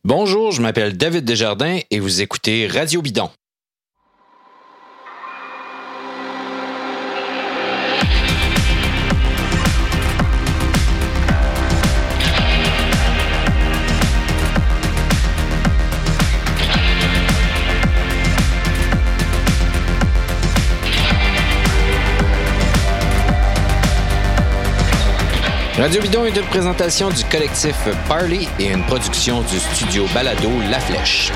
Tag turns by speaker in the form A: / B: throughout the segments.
A: Bonjour, je m'appelle David Desjardins et vous écoutez Radio Bidon. Radio Bidon est une présentation du collectif Parley et une production du studio Balado La Flèche.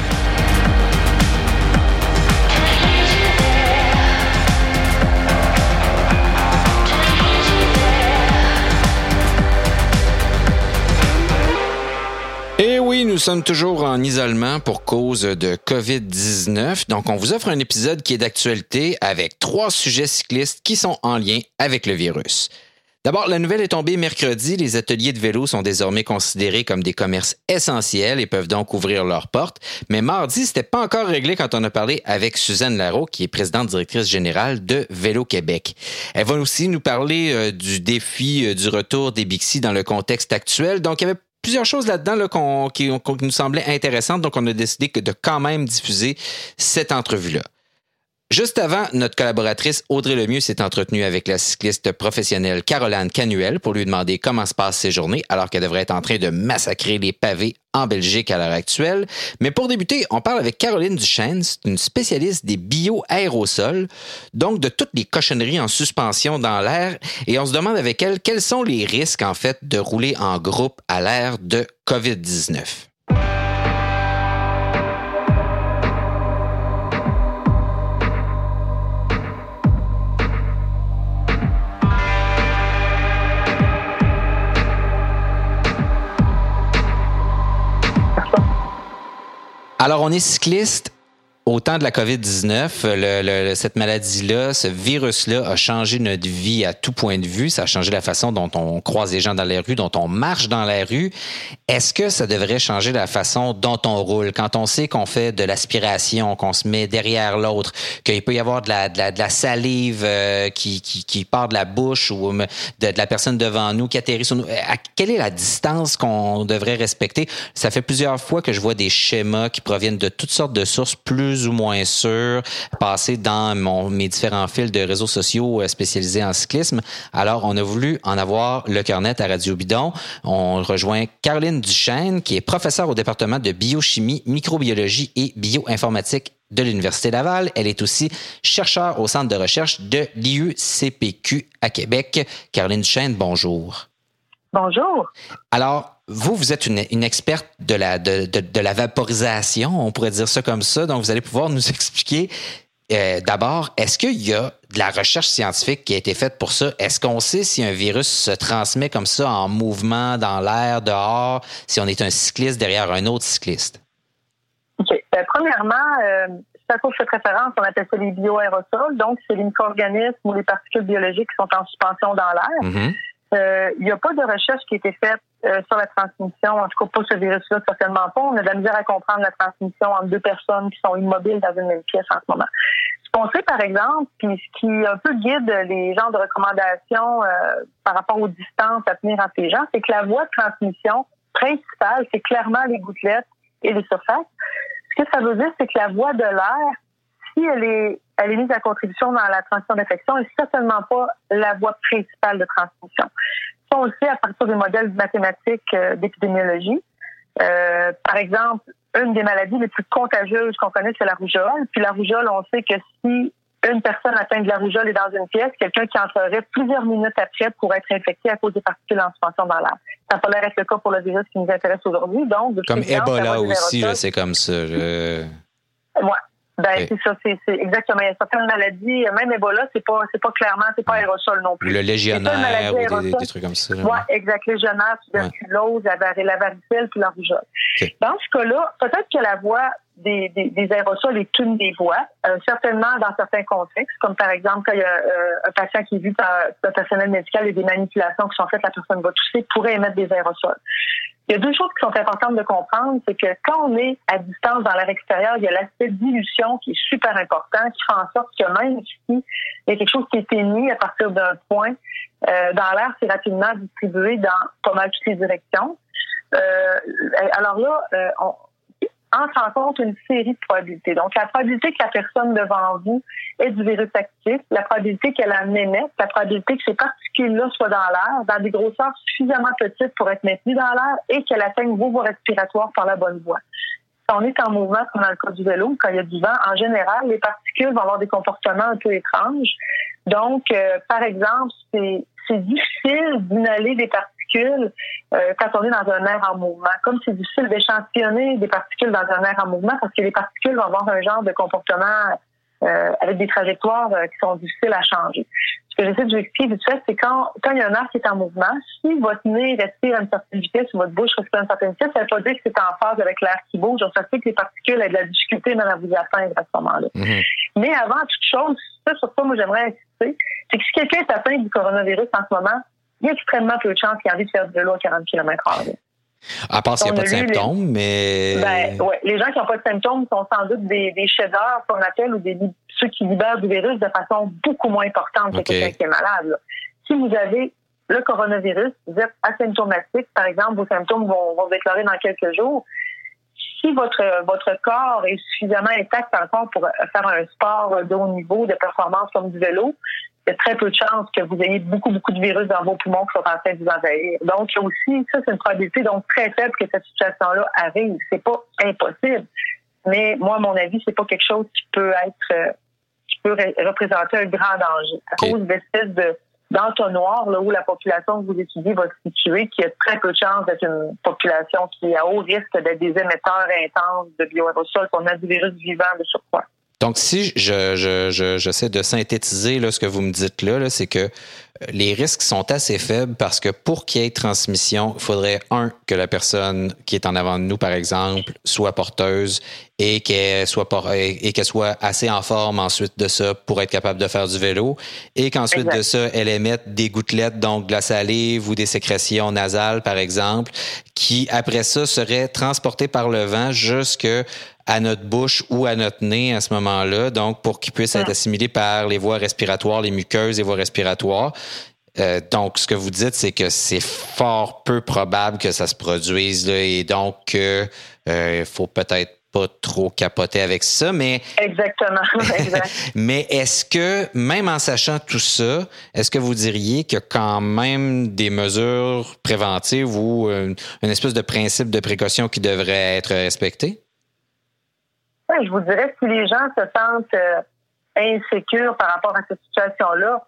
A: Et oui, nous sommes toujours en isolement pour cause de COVID-19. Donc, on vous offre un épisode qui est d'actualité avec 3 sujets cyclistes qui sont en lien avec le virus. D'abord, la nouvelle est tombée mercredi. Les ateliers de vélo sont désormais considérés comme des commerces essentiels et peuvent donc ouvrir leurs portes. Mais mardi, c'était pas encore réglé quand on a parlé avec Suzanne Larreau, qui est présidente directrice générale de Vélo Québec. Elle va aussi nous parler du défi du retour des Bixi dans le contexte actuel. Donc, il y avait plusieurs choses là-dedans là, qui nous semblaient intéressantes. Donc, on a décidé de quand même diffuser cette entrevue-là. Juste avant, notre collaboratrice Audrey Lemieux s'est entretenue avec la cycliste professionnelle Caroline Canuel pour lui demander comment se passent ses journées alors qu'elle devrait être en train de massacrer les pavés en Belgique à l'heure actuelle. Mais pour débuter, on parle avec Caroline Duchesne, c'est une spécialiste des bio-aérosols, donc de toutes les cochonneries en suspension dans l'air. Et on se demande avec elle quels sont les risques en fait de rouler en groupe à l'ère de COVID-19. Alors, on est cycliste au temps de la COVID-19. Cette maladie-là, ce virus-là a changé notre vie à tout point de vue. Ça a changé la façon dont on croise les gens dans les rues, dont on marche dans la rue. Est-ce que ça devrait changer la façon dont on roule? Quand on sait qu'on fait de l'aspiration, qu'on se met derrière l'autre, qu'il peut y avoir de la salive qui part de la bouche ou de la personne devant nous qui atterrit sur nous, quelle est la distance qu'on devrait respecter? Ça fait plusieurs fois que je vois des schémas qui proviennent de toutes sortes de sources plus ou moins sûres passer dans mes différents fils de réseaux sociaux spécialisés en cyclisme. Alors, on a voulu en avoir le cœur net à Radio Bidon. On rejoint Caroline Duchesne, qui est professeure au département de biochimie, microbiologie et bioinformatique de l'Université Laval. Elle est aussi chercheure au centre de recherche de l'IUCPQ à Québec. Caroline Duchesne, bonjour.
B: Bonjour.
A: Alors, vous êtes une experte de la vaporisation, on pourrait dire ça comme ça. Donc, vous allez pouvoir nous expliquer d'abord, est-ce qu'il y a de la recherche scientifique qui a été faite pour ça? Est-ce qu'on sait si un virus se transmet comme ça en mouvement dans l'air, dehors, si on est un cycliste derrière un autre cycliste?
B: OK. Premièrement, c'est à cause de cette référence, on appelle ça les bioaérosols. Donc, c'est les micro-organismes ou les particules biologiques qui sont en suspension dans l'air.
A: Mm-hmm.
B: Il n'y a pas de recherche qui a été faite sur la transmission, en tout cas pas ce virus-là, certainement pas. On a de la misère à comprendre la transmission entre 2 personnes qui sont immobiles dans une même pièce en ce moment. Ce qu'on sait, par exemple, puis ce qui un peu guide les genres de recommandations par rapport aux distances à tenir entre les gens, c'est que la voie de transmission principale, c'est clairement les gouttelettes et les surfaces. Ce que ça veut dire, c'est que la voie de l'air, si elle est mise à contribution dans la transmission d'infection, n'est certainement pas la voie principale de transmission. Ça, on le sait à partir des modèles mathématiques d'épidémiologie. Par exemple, une des maladies les plus contagieuses qu'on connaît, c'est la rougeole. Puis la rougeole, on sait que si une personne atteinte de la rougeole est dans une pièce, quelqu'un qui entrerait plusieurs minutes après pourrait être infecté à cause des particules en suspension dans l'air. Ça n'a pas l'air être le cas pour le virus qui nous intéresse aujourd'hui. Donc,
A: comme Ebola aussi, là, c'est comme ça.
B: Ouais. C'est ça, c'est exactement. Il y a certaines maladies, même Ebola, c'est pas clairement, c'est pas aérosol non plus.
A: Le légionnaire ou des trucs comme ça.
B: Oui, exact. Légionnaire, tuberculose, la varicelle puis la rougeole. Okay. Dans ce cas-là, peut-être que la voie des aérosols est une des voies, certainement dans certains contextes, comme par exemple quand il y a un patient qui est vu par le personnel médical et des manipulations qui sont faites, la personne va tousser, pourrait émettre des aérosols. Il y a 2 choses qui sont importantes de comprendre, c'est que quand on est à distance dans l'air extérieur, il y a l'aspect dilution qui est super important, qui fait en sorte que même si il y a quelque chose qui est émis à partir d'un point, dans l'air, c'est rapidement distribué dans pas mal toutes les directions. Alors là, entre en compte une série de probabilités. Donc, la probabilité que la personne devant vous ait du virus actif, la probabilité qu'elle en émette, la probabilité que ces particules-là soient dans l'air, dans des grosseurs suffisamment petites pour être maintenues dans l'air et qu'elle atteigne vos voies respiratoires par la bonne voie. Si on est en mouvement, comme dans le cas du vélo, quand il y a du vent, en général, les particules vont avoir des comportements un peu étranges. Donc, par exemple, c'est difficile d'inhaler des particules quand on est dans un air en mouvement. Comme c'est difficile d'échantillonner des particules dans un air en mouvement parce que les particules vont avoir un genre de comportement avec des trajectoires qui sont difficiles à changer. Ce que j'essaie de vous expliquer vite fait, c'est quand il y a un air qui est en mouvement, si votre nez respire à une certaine vitesse ou votre bouche respire à une certaine vitesse, ça ne veut pas dire que c'est en phase avec l'air qui bouge. Donc, ça fait que les particules aient de la difficulté même à vous atteindre à ce moment-là. Mm-hmm. Mais avant toute chose, sur ça, moi, j'aimerais insister, c'est que si quelqu'un est atteint du coronavirus en ce moment, il y a extrêmement peu de chances qu'il ait envie de faire du vélo à 40 km/h.
A: À part s'il n'y a pas de symptômes, mais...
B: ouais, les gens qui n'ont pas de symptômes sont sans doute des shedders, qu'on appelle, ou ceux qui libèrent du virus de façon beaucoup moins importante que quelqu'un qui est malade. Là. Si vous avez le coronavirus, vous êtes asymptomatique, par exemple, vos symptômes vont se déclarer dans quelques jours. Si votre corps est suffisamment intact encore pour faire un sport de haut niveau, de performance comme du vélo, il y a très peu de chances que vous ayez beaucoup de virus dans vos poumons qui sont en train de vous envahir. Donc, aussi, ça, c'est une probabilité donc très faible que cette situation-là arrive. C'est pas impossible. Mais moi, à mon avis, c'est pas quelque chose qui peut représenter un grand danger. À cause d'espèces d'entonnoir, là, où la population que vous étudiez va se situer, qui a très peu de chances d'être une population qui est à haut risque d'être des émetteurs intenses de bioaérosols, qu'on a du virus vivant de surcroît.
A: Donc, si j'essaie de synthétiser là, ce que vous me dites là, c'est que les risques sont assez faibles parce que pour qu'il y ait transmission, il faudrait, que la personne qui est en avant de nous, par exemple, soit porteuse et qu'elle soit assez en forme ensuite de ça pour être capable de faire du vélo et qu'ensuite de ça, elle émette des gouttelettes, donc de la salive ou des sécrétions nasales, par exemple, qui, après ça, seraient transportées par le vent jusque à notre bouche ou à notre nez à ce moment-là, donc pour qu'il puisse être assimilé par les voies respiratoires, les muqueuses et voies respiratoires. Donc, ce que vous dites, c'est que c'est fort peu probable que ça se produise, là, et donc il faut peut-être pas trop capoter avec ça, mais...
B: Exactement, exact.
A: Mais est-ce que, même en sachant tout ça, est-ce que vous diriez qu'il y a quand même des mesures préventives ou une espèce de principe de précaution qui devrait être respecté?
B: Oui, je vous dirais, si les gens se sentent insécures par rapport à cette situation-là,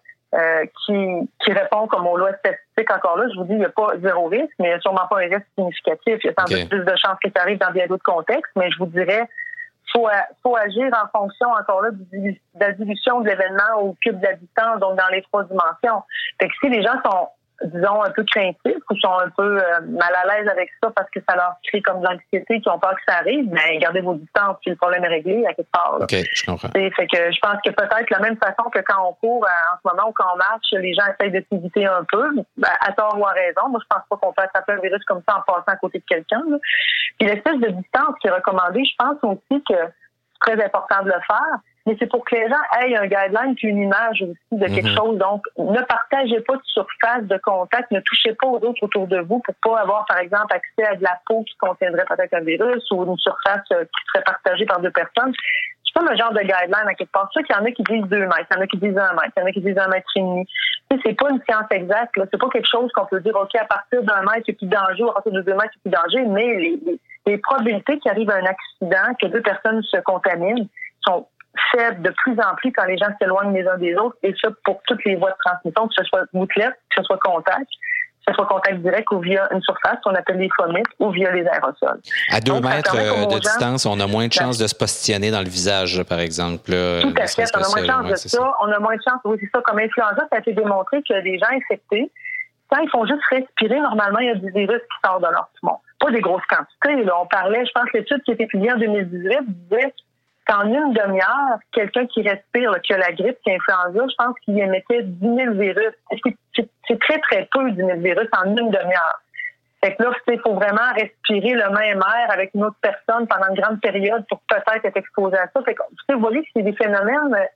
B: qui répond comme aux lois statistiques, encore là, je vous dis, il n'y a pas zéro risque, mais il n'y a sûrement pas un risque significatif. Il y a sans doute plus de chances que ça arrive dans bien d'autres contextes, mais je vous dirais, faut agir en fonction, encore là, de la dilution de l'événement au cube de la distance, donc dans les 3 dimensions. Fait que si les gens sont, disons, un peu craintifs ou sont un peu mal à l'aise avec ça parce que ça leur crée comme de l'anxiété, qui ont peur que ça arrive, mais gardez vos distances si le problème est réglé à quelque part. Là.
A: OK, je comprends.
B: Fait que je pense que peut-être de la même façon que quand on court en ce moment ou quand on marche, les gens essayent de s'éviter un peu, à tort ou à raison. Moi, je pense pas qu'on peut attraper un virus comme ça en passant à côté de quelqu'un. Là. Puis l'espèce de distance qui est recommandée, je pense aussi que c'est très important de le faire. Mais c'est pour que les gens aient un guideline puis une image aussi de quelque chose. Donc, ne partagez pas de surface de contact, ne touchez pas aux autres autour de vous pour pas avoir, par exemple, accès à de la peau qui contiendrait peut-être un virus ou une surface qui serait partagée par 2 personnes. C'est comme un genre de guideline à quelque part. C'est sûr qu'il y en a qui disent 2 mètres, il y en a qui disent 1 mètre, il y en a qui disent 1,5 mètre. C'est pas une science exacte, là. C'est pas quelque chose qu'on peut dire, OK, à partir d'1 mètre, il y a plus de danger, ou à partir de 2 mètres, il y a plus de danger, mais les probabilités qu'il arrive à un accident, que 2 personnes se contaminent, sont faibles de plus en plus quand les gens s'éloignent les uns des autres, et ça pour toutes les voies de transmission, que ce soit gouttelette, que ce soit contact direct ou via une surface qu'on appelle les fomites ou via les aérosols.
A: À 2 mètres de distance, on a moins de chances de se postillonner dans le visage, par exemple.
B: Tout à fait, on a moins de chances de ça. On a moins de chances, oui, c'est ça. Comme influenza, ça a été démontré que les gens infectés, quand ils font juste respirer, normalement, il y a du virus qui sort de leur poumon. Pas des grosses quantités. Là. On parlait, je pense, l'étude qui a été publiée en 2018 disait qu'en une demi-heure, quelqu'un qui respire, là, qui a la grippe, qui a l'influenza, je pense qu'il émettait 10 000 virus. C'est très, très peu, 10 000 virus en une demi-heure. Fait que là, il faut vraiment respirer le même air avec une autre personne pendant une grande période pour peut-être être exposé à ça. Fait que, vous voyez que c'est des phénomènes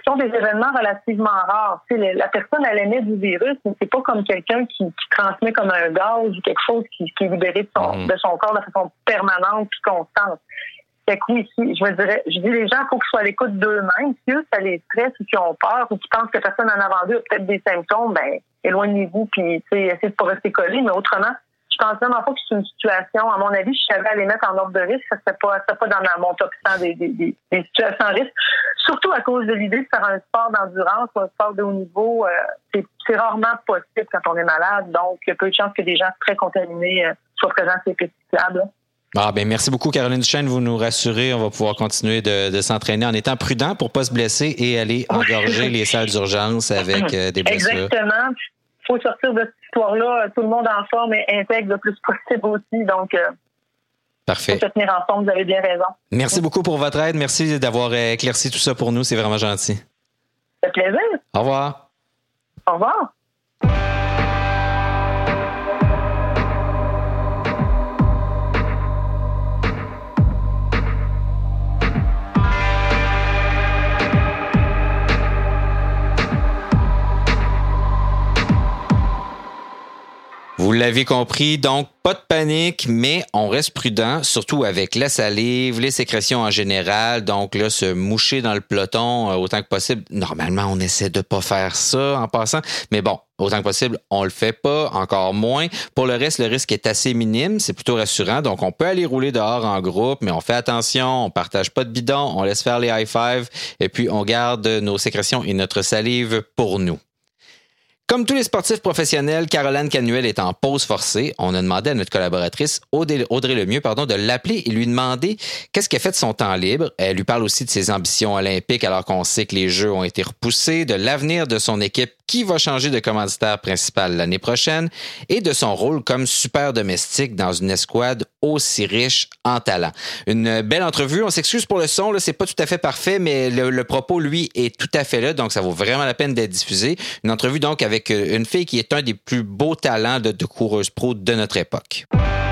B: sont des événements relativement rares. Tu sais, la personne, elle émet du virus, mais c'est pas comme quelqu'un qui transmet comme un gaz ou quelque chose qui est libéré de son corps de façon permanente puis constante. Fait que oui, je dis les gens, il faut qu'ils soient à l'écoute d'eux-mêmes. Si eux, ça les stresse ou qu'ils ont peur ou qu'ils pensent que personne en avant d'eux a peut-être des symptômes, ben éloignez-vous puis essayez de pas rester collés. Mais autrement, je pense vraiment pas que c'est une situation, à mon avis, je savais aller mettre en ordre de risque, ça serait pas dans mon top 100 des situations à risque. Surtout à cause de l'idée de faire un sport d'endurance ou un sport de haut niveau, c'est rarement possible quand on est malade. Donc, il y a peu de chances que des gens très contaminés soient présents sur les pistes cyclables.
A: Merci beaucoup, Caroline Duchesne. Vous nous rassurez. On va pouvoir continuer de s'entraîner en étant prudent pour pas se blesser et aller engorger les salles d'urgence avec des blessures.
B: Exactement. Il faut sortir de cette histoire-là. Tout le monde en forme et intègre le plus possible aussi. Donc,
A: parfait.
B: Il faut se tenir en forme. Vous avez bien raison.
A: Merci beaucoup pour votre aide. Merci d'avoir éclairci tout ça pour nous. C'est vraiment gentil.
B: Ça fait plaisir.
A: Au revoir.
B: Au revoir.
A: Vous l'avez compris, donc pas de panique, mais on reste prudent, surtout avec la salive, les sécrétions en général. Donc là, se moucher dans le peloton autant que possible. Normalement, on essaie de pas faire ça en passant, mais bon, autant que possible, on le fait pas, encore moins. Pour le reste, le risque est assez minime, c'est plutôt rassurant. Donc, on peut aller rouler dehors en groupe, mais on fait attention, on partage pas de bidon, on laisse faire les high-five et puis on garde nos sécrétions et notre salive pour nous. Comme tous les sportifs professionnels, Caroline Canuel est en pause forcée. On a demandé à notre collaboratrice Audrey Lemieux de l'appeler et lui demander qu'est-ce qu'elle fait de son temps libre. Elle lui parle aussi de ses ambitions olympiques alors qu'on sait que les Jeux ont été repoussés, de l'avenir de son équipe qui va changer de commanditaire principal l'année prochaine et de son rôle comme super domestique dans une escouade aussi riche en talent. Une belle entrevue. On s'excuse pour le son, là, c'est pas tout à fait parfait, mais le propos, lui, est tout à fait là, donc ça vaut vraiment la peine d'être diffusé. Une entrevue donc avec une fille qui est un des plus beaux talents de coureuse pro de notre époque.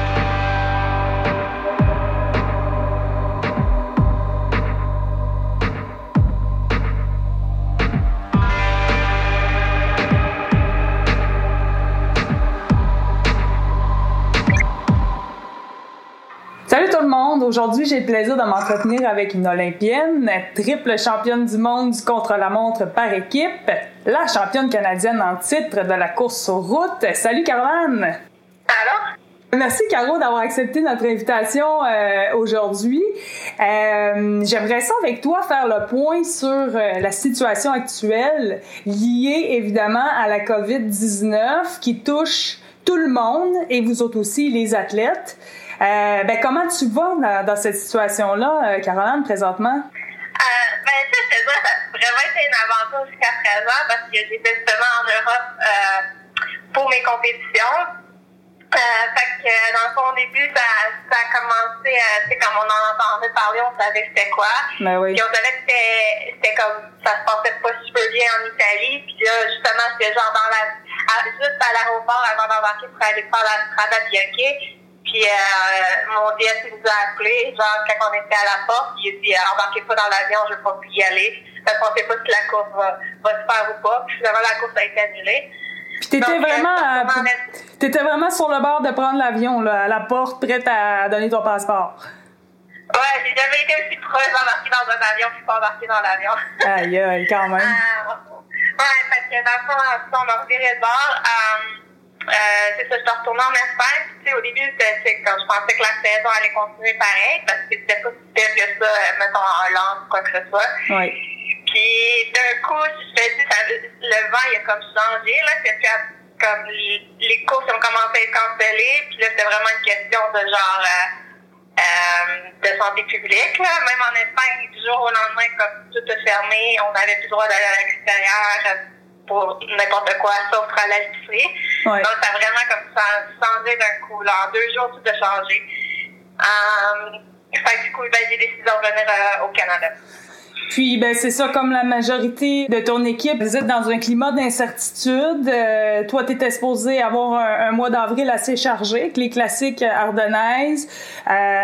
C: Salut tout le monde! Aujourd'hui, j'ai le plaisir de m'entretenir avec une Olympienne, triple championne du monde du contre-la-montre par équipe, la championne canadienne en titre de la course sur route. Salut Caroline!
B: Alors?
C: Merci Caro d'avoir accepté notre invitation aujourd'hui. J'aimerais ça avec toi faire le point sur la situation actuelle liée évidemment à la COVID-19 qui touche tout le monde et vous autres aussi, les athlètes. Comment tu vas dans cette situation-là, Caroline, présentement?
D: Ça a vraiment été une aventure jusqu'à présent parce que j'étais justement en Europe pour mes compétitions. Fait que dans le fond, au début, ça a commencé, comme on en entendait parler, on savait c'était quoi.
C: Ben oui.
D: Puis on savait que c'était comme, ça se passait pas super bien en Italie. Puis là, justement, j'étais genre juste à l'aéroport avant d'embarquer pour aller faire la Strada Bianchi. Puis mon DS nous a appelé, genre quand on était à la porte, il a dit embarquez pas dans l'avion, je vais pas pu y aller. Parce qu'on sait pas si la course va se faire ou pas. Puis finalement la course a été annulée.
C: Puis t'étais vraiment sur le bord de prendre l'avion, là, à la porte, prête à donner ton passeport.
D: Ouais, j'ai jamais été aussi proche d'embarquer dans un avion puis pas embarquer dans l'avion.
C: Aïe, quand même.
D: Ouais, parce que dans le fond, on a reviré de bord. C'est ça, je suis retournée en Espagne. Tu sais, au début, c'est quand je pensais que la saison allait continuer pareil, parce que c'était pas si pire que ça, mettons en Hollande ou quoi que ce soit.
C: Oui.
D: Puis d'un coup, je me dis, le vent, il a comme changé, là. C'est que comme les courses ont commencé à être cancellées, puis là, c'était vraiment une question de genre de santé publique, là. Même en Espagne, du jour au lendemain, comme tout est fermé, on n'avait plus le droit d'aller à l'extérieur pour n'importe quoi, sauf à la l'épicerie.
C: Ouais.
D: Donc, ça a vraiment comme ça changé d'un coup. Là. En 2 jours, tout a changé. Fait que du coup, j'ai décidé de revenir au Canada.
C: Puis, c'est ça, comme la majorité de ton équipe, vous êtes dans un climat d'incertitude. Toi, t'étais supposé avoir un mois d'avril assez chargé avec les classiques ardennaises,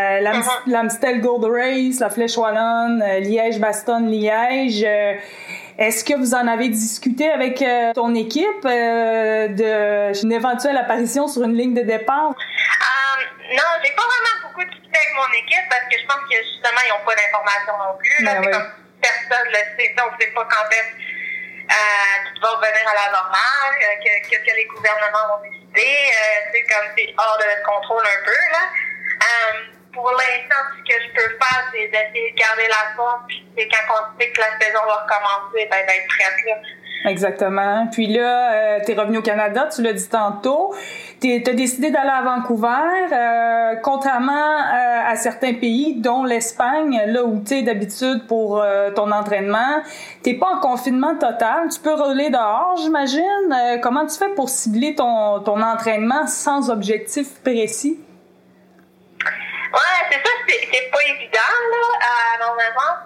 C: l'Amstel Gold Race, la Flèche Wallonne, Liège-Bastogne-Liège. Est-ce que vous en avez discuté avec ton équipe d'une éventuelle apparition sur une ligne de départ?
D: Non, j'ai pas vraiment beaucoup discuté avec mon équipe parce que je pense que justement, ils n'ont pas d'informations non plus. Là, c'est comme personne le sait. On ne sait pas quand est-ce tout va revenir à la normale, qu'est-ce que les gouvernements vont décider. C'est hors de notre contrôle un peu. Là. Pour l'instant, ce que je peux faire, c'est d'essayer de garder la forme. Puis quand on sait que la saison va recommencer, d'être prête là.
C: Exactement. Puis là, t'es revenu au Canada, tu l'as dit tantôt. T'as décidé d'aller à Vancouver, contrairement à certains pays, dont l'Espagne, là où t'es d'habitude pour ton entraînement. T'es pas en confinement total. Tu peux rouler dehors, j'imagine. Comment tu fais pour cibler ton entraînement sans objectif précis?
D: Ouais, c'est ça, c'est pas évident, là, normalement.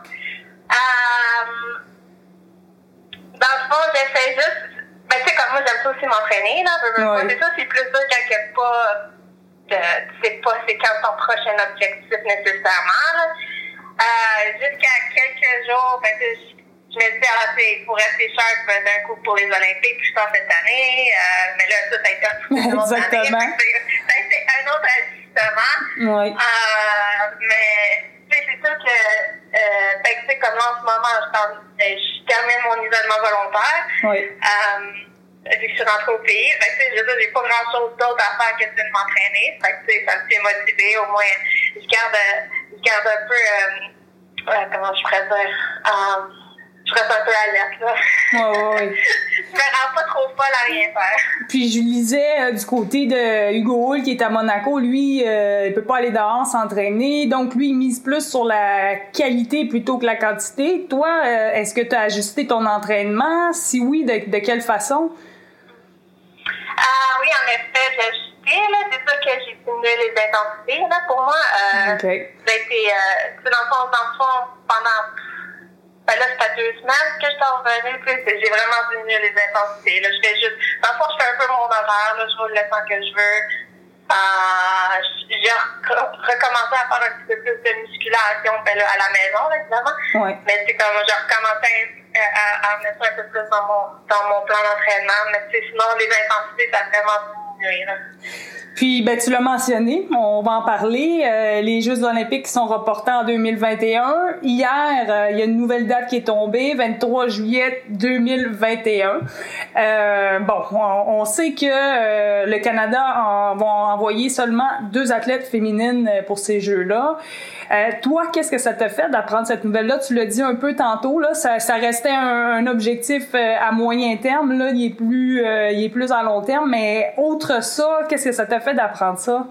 D: Dans le fond, j'essaie juste. Ben, tu sais, comme moi, j'aime ça aussi m'entraîner, là. C'est ça, c'est plus ça quand il n'y a pas. Tu sais pas c'est quand ton prochain objectif nécessairement, là. Jusqu'à quelques jours, ben, je me disais, il faut rester sharp d'un coup pour les Olympiques, puis je pense cette année. Mais là, ça a été un autre
C: Exactement.
D: année. Ça a été un autre ajustement.
C: Oui.
D: Mais. C'est sûr que, tu sais, comme là, en ce moment, je termine mon isolement volontaire.
C: Oui.
D: Vu que je suis rentrée au pays. Fait que, je veux dire, j'ai pas grand-chose d'autre à faire que de m'entraîner. Fait que, tu sais, ça me fait motiver. Au moins, je garde un peu, comment je pourrais dire, je reste un peu alerte, là.
C: Oui.
D: Je me rends pas trop folle à rien faire.
C: Puis je lisais du côté de Hugo Hull qui est à Monaco, lui, il peut pas aller dehors s'entraîner, donc lui, il mise plus sur la qualité plutôt que la quantité. Toi, est-ce que tu as ajusté ton entraînement? Si oui, de quelle façon?
D: Oui, en effet, j'ai ajusté, là. C'est sûr que j'ai diminué les intensités, là, pour moi.
C: Okay.
D: Ça a été, dans le fond, pendant... Ben là, ça fait 2 semaines que je suis revenue, j'ai vraiment diminué les intensités. Là, je fais juste... Dans le fond, je fais un peu mon horaire, là, je roule le temps que je veux. J'ai recommencé à faire un petit peu plus de musculation à la maison, là, évidemment.
C: Ouais.
D: Mais c'est comme j'ai recommencé à mettre un peu plus dans mon plan d'entraînement. Mais sinon, les intensités, ça a vraiment diminué. Là.
C: Puis, ben, tu l'as mentionné, on va en parler. Les Jeux olympiques qui sont reportés en 2021. Hier, il y a une nouvelle date qui est tombée, 23 juillet 2021. On sait que le Canada va envoyer seulement 2 athlètes féminines pour ces Jeux-là. Toi, qu'est-ce que ça t'a fait d'apprendre cette nouvelle-là? Tu l'as dit un peu tantôt, là, ça restait un objectif à moyen terme, là, il est plus à long terme, mais autre ça, qu'est-ce que ça t'a fait d'apprendre ça?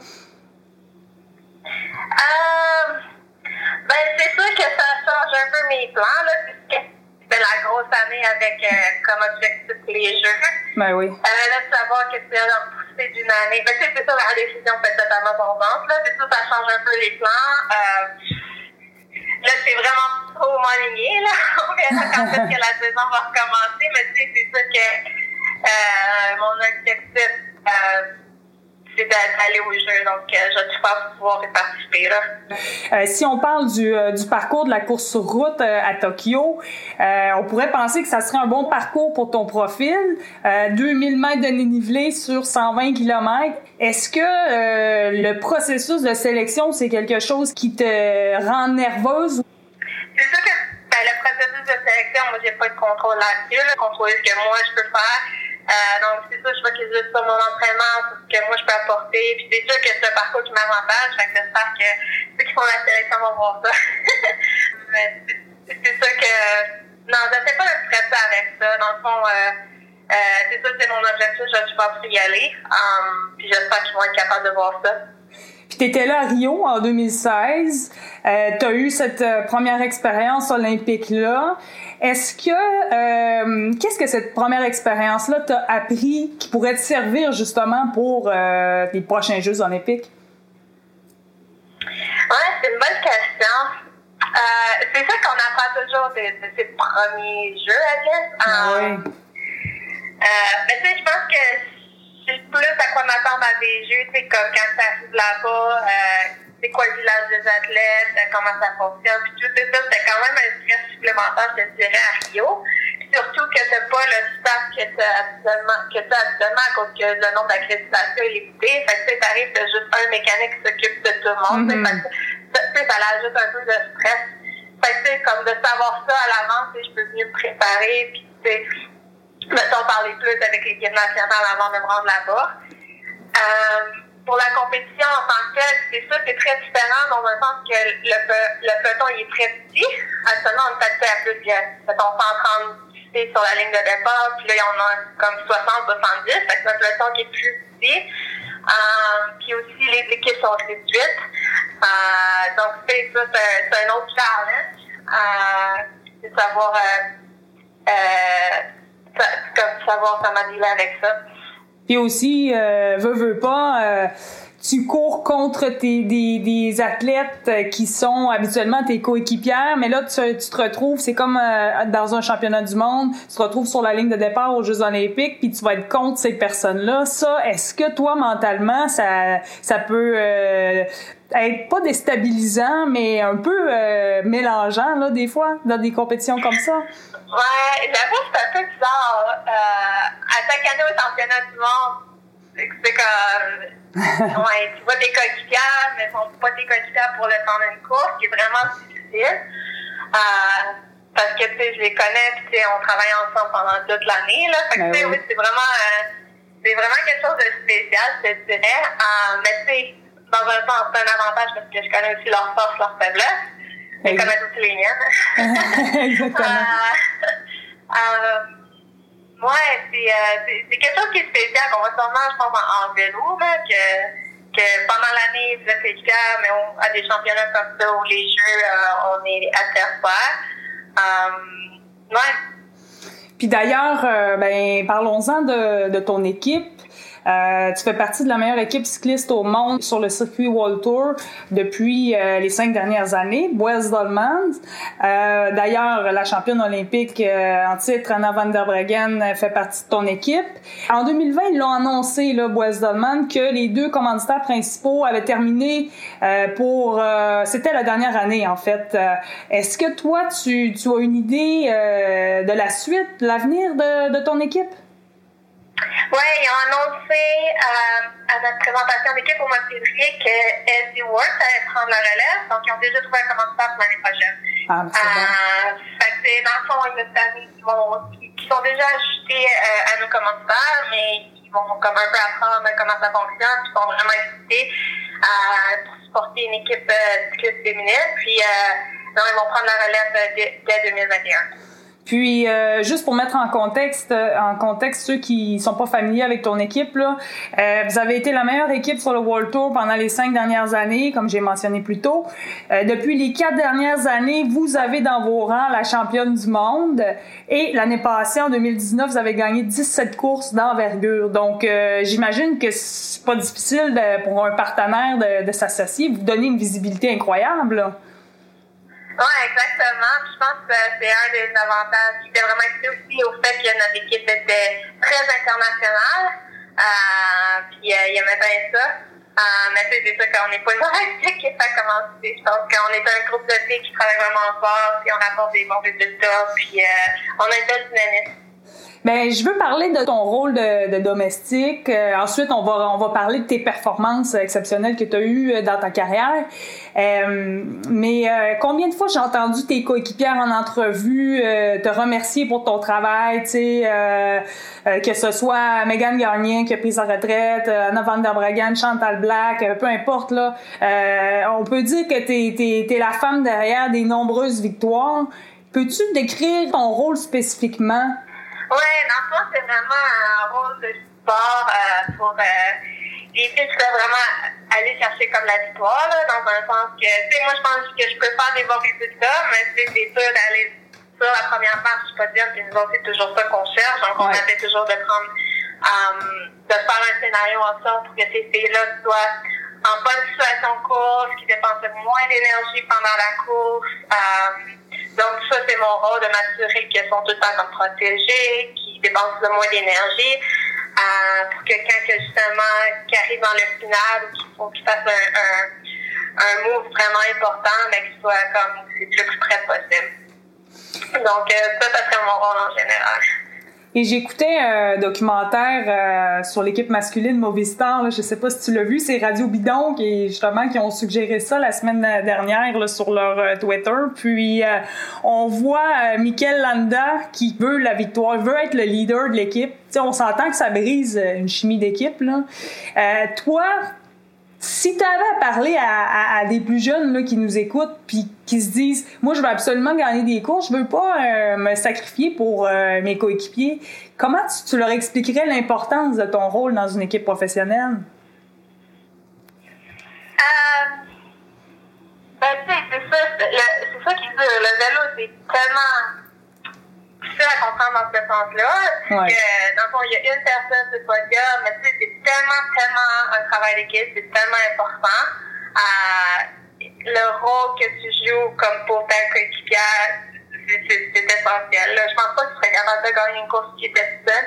D: C'est sûr que ça change un peu mes plans, là, puisque c'était la grosse année avec comme objectif les Jeux.
C: Ben oui.
D: Là, de savoir que c'est repoussé d'une année. Ben, c'est ça, la décision fait totalement son sens, là. C'est ça, ça change un peu les plans. Là, c'est vraiment trop m'aligné, là. On verra quand est-ce que la saison va recommencer, mais tu sais, c'est ça que mon objectif, c'est d'aller aux Jeux, donc je vais tout faire pour pouvoir y participer, là.
C: Si on parle du parcours de la course sur route à Tokyo, on pourrait penser que ça serait un bon parcours pour ton profil. 2000 mètres de dénivelé sur 120 km. Est-ce que le processus de sélection, c'est quelque chose qui te rend nerveuse?
D: C'est sûr que le processus de sélection, moi, j'ai pas de contrôle là-dessus, là, contrôler ce que moi, je peux faire. Donc, c'est sûr, je focus juste sur mon entraînement, sur ce que moi, je peux apporter. Puis, c'est sûr que c'est un parcours qui m'avantage. Fait que j'espère que ceux qui font la sélection vont voir ça. Mais c'est sûr que... Non, j'essaie pas de stresser avec ça. Dans le fond, c'est sûr que c'est mon objectif. Je vais pouvoir y aller. Puis, j'espère qu'ils vont être capables de voir ça.
C: Puis t'étais là à Rio en 2016. T'as eu cette première expérience olympique-là. Est-ce que qu'est-ce que cette première expérience-là t'a appris qui pourrait te servir justement pour les prochains Jeux olympiques?
D: Ouais, c'est une bonne question. C'est ça qu'on apprend toujours de ces premiers Jeux, I guess.
C: Oui.
D: Mais tu sais, je pense que c'est plus à quoi m'attendre à des Jeux, tu sais, comme quand ça arrive là-bas, c'est quoi le village des athlètes, comment ça fonctionne, puis tout ça, c'était quand même un stress supplémentaire, je te dirais, à Rio. Puis surtout que tu n'as pas le staff que tu as habituellement à cause que le nombre d'accréditations est limité. Fait que tu arrives, tu as juste un mécanique qui s'occupe de tout le monde. Fait que ça ajoute un peu de stress. Fait que comme de savoir ça à l'avance, je peux mieux me préparer, puis mettons parler plus avec l'équipe nationale avant de me rendre là-bas. Pour la compétition en tant que telle, c'est sûr que c'est très différent dans le sens que le peloton il est très petit. Actuellement, on est peut-être à plus de, mettons, 130 sur la ligne de départ, puis là, il y en a comme 60-70, fait que notre peloton qui est plus petit. Puis aussi, les équipes sont réduites. Donc, c'est un autre challenge. C'est savoir comment dealer avec ça.
C: Puis aussi, veux pas, tu cours contre des athlètes qui sont habituellement tes coéquipières, mais là, tu te retrouves, c'est comme dans un championnat du monde, tu te retrouves sur la ligne de départ aux Jeux olympiques, puis tu vas être contre ces personnes-là. Ça, est-ce que toi, mentalement, ça peut être pas déstabilisant, mais un peu mélangeant, là, des fois, dans des compétitions comme ça?
D: Ouais, j'avoue que c'est un peu bizarre. À chaque année au championnat du monde, c'est comme... ouais, tu vois tes coéquipières, mais sont pas tes coéquipières pour le temps d'une course, qui est vraiment difficile. Parce que, tu sais, je les connais, puis on travaille ensemble pendant toute l'année, là. Fait que, tu sais, oui, c'est vraiment quelque chose de spécial, je te dirais. Mais, tu sais, dans un sens, c'est un avantage parce que je connais aussi leurs forces, leurs faiblesses. Je connais aussi les miennes.
C: Exactement.
D: Ouais, c'est quelque chose qui est spécial. On va sûrement, je pense, en vélo, là, que pendant l'année, vous êtes efficace, mais à des championnats comme ça, où les jeux, on est adversaires. Ouais.
C: Puis d'ailleurs, parlons-en de ton équipe. Tu fais partie de la meilleure équipe cycliste au monde sur le circuit World Tour depuis les 5 dernières années, Boels-Dolmans. D'ailleurs, la championne olympique en titre, Anna van der Breggen, fait partie de ton équipe. En 2020, ils l'ont annoncé, là, Boels-Dolmans, que les 2 commanditaires principaux avaient terminé c'était la dernière année, en fait. Est-ce que toi, tu as une idée de la suite, de l'avenir de ton équipe?
D: Oui, ils ont annoncé à notre présentation d'équipe au mois de février que Eddie Worth allait prendre la relève. Donc, ils ont déjà trouvé un commanditaire pour l'année prochaine. Fait que dans le fond, il y a des amis qui sont déjà ajoutés à nos commanditaires, mais qui vont comme un peu apprendre comment ça fonctionne, qui sont vraiment excités pour supporter une équipe cycliste féminine. Puis, ils vont prendre la relève dès 2021.
C: Puis, juste pour mettre en contexte ceux qui sont pas familiers avec ton équipe, là, vous avez été la meilleure équipe sur le World Tour pendant les 5 dernières années, comme j'ai mentionné plus tôt. Depuis les 4 dernières années, vous avez dans vos rangs la championne du monde. Et l'année passée, en 2019, vous avez gagné 17 courses d'envergure. Donc, j'imagine que c'est pas difficile pour un partenaire de s'associer. Vous donnez une visibilité incroyable, là.
D: Oui, exactement. Puis je pense que c'est un des avantages qui était vraiment excité aussi au fait que notre équipe était très internationale. Puis il aimait bien ça. Mais c'est sûr qu'on n'est pas une équipe à commencer. Je pense qu'on est un groupe de filles qui travaille vraiment fort, puis on apporte des bons résultats, puis on a une belle dynamique.
C: Ben, je veux parler de ton rôle de domestique. Ensuite, on va parler de tes performances exceptionnelles que tu as eues dans ta carrière. Mais combien de fois j'ai entendu tes coéquipières en entrevue te remercier pour ton travail, tu sais, que ce soit Megan Gagné qui a pris sa retraite, Anna van der Breggen, Chantal Black, peu importe là. On peut dire que t'es la femme derrière des nombreuses victoires. Peux-tu décrire ton rôle spécifiquement?
D: Oui, dans le fond, c'est vraiment un rôle de support pour les filles qui peuvent vraiment aller chercher comme la victoire, là, dans un sens que, tu sais, moi, je pense que je peux faire des bons résultats, mais c'est sûr d'aller sur la première marche du podium, puis nous autres, c'est toujours ça qu'on cherche. Donc, on essaie toujours de prendre, de faire un scénario en sorte pour que ces filles-là soient en bonne situation de course, qui dépensent moins d'énergie pendant la course. Donc, ça, c'est mon rôle de m'assurer qu'elles sont tout le temps comme protégées, qu'ils dépensent le moins d'énergie, pour que quand justement, qu'ils arrivent dans le final ou qu'ils fassent un move vraiment important, mais qu'ils soient comme le plus près possible. Donc, ça serait mon rôle en général.
C: Et j'écoutais un documentaire sur l'équipe masculine Movistar. Là, je sais pas si tu l'as vu, c'est Radio Bidon qui ont suggéré ça la semaine dernière là, sur leur Twitter. Puis on voit Mikel Landa qui veut la victoire, veut être le leader de l'équipe. T'sais, on s'entend que ça brise une chimie d'équipe. Là. Toi, si tu avais à parler à des plus jeunes là, qui nous écoutent puis qui se disent « Moi, je veux absolument gagner des courses, je veux pas me sacrifier pour mes coéquipiers », comment tu leur expliquerais l'importance de ton rôle dans une équipe professionnelle?
D: Tu sais, c'est ça qui est dur. Le vélo, c'est tellement difficile à comprendre dans ce sens-là.
C: Ouais.
D: Que, dans le fond, il y a une personne sur le podium, mais tu sais, c'est tellement un travail d'équipe, c'est tellement important. Le rôle que tu joues comme pour ta coéquipière, c'est essentiel. Là, je pense pas que tu serais capable de gagner une course qui était seule,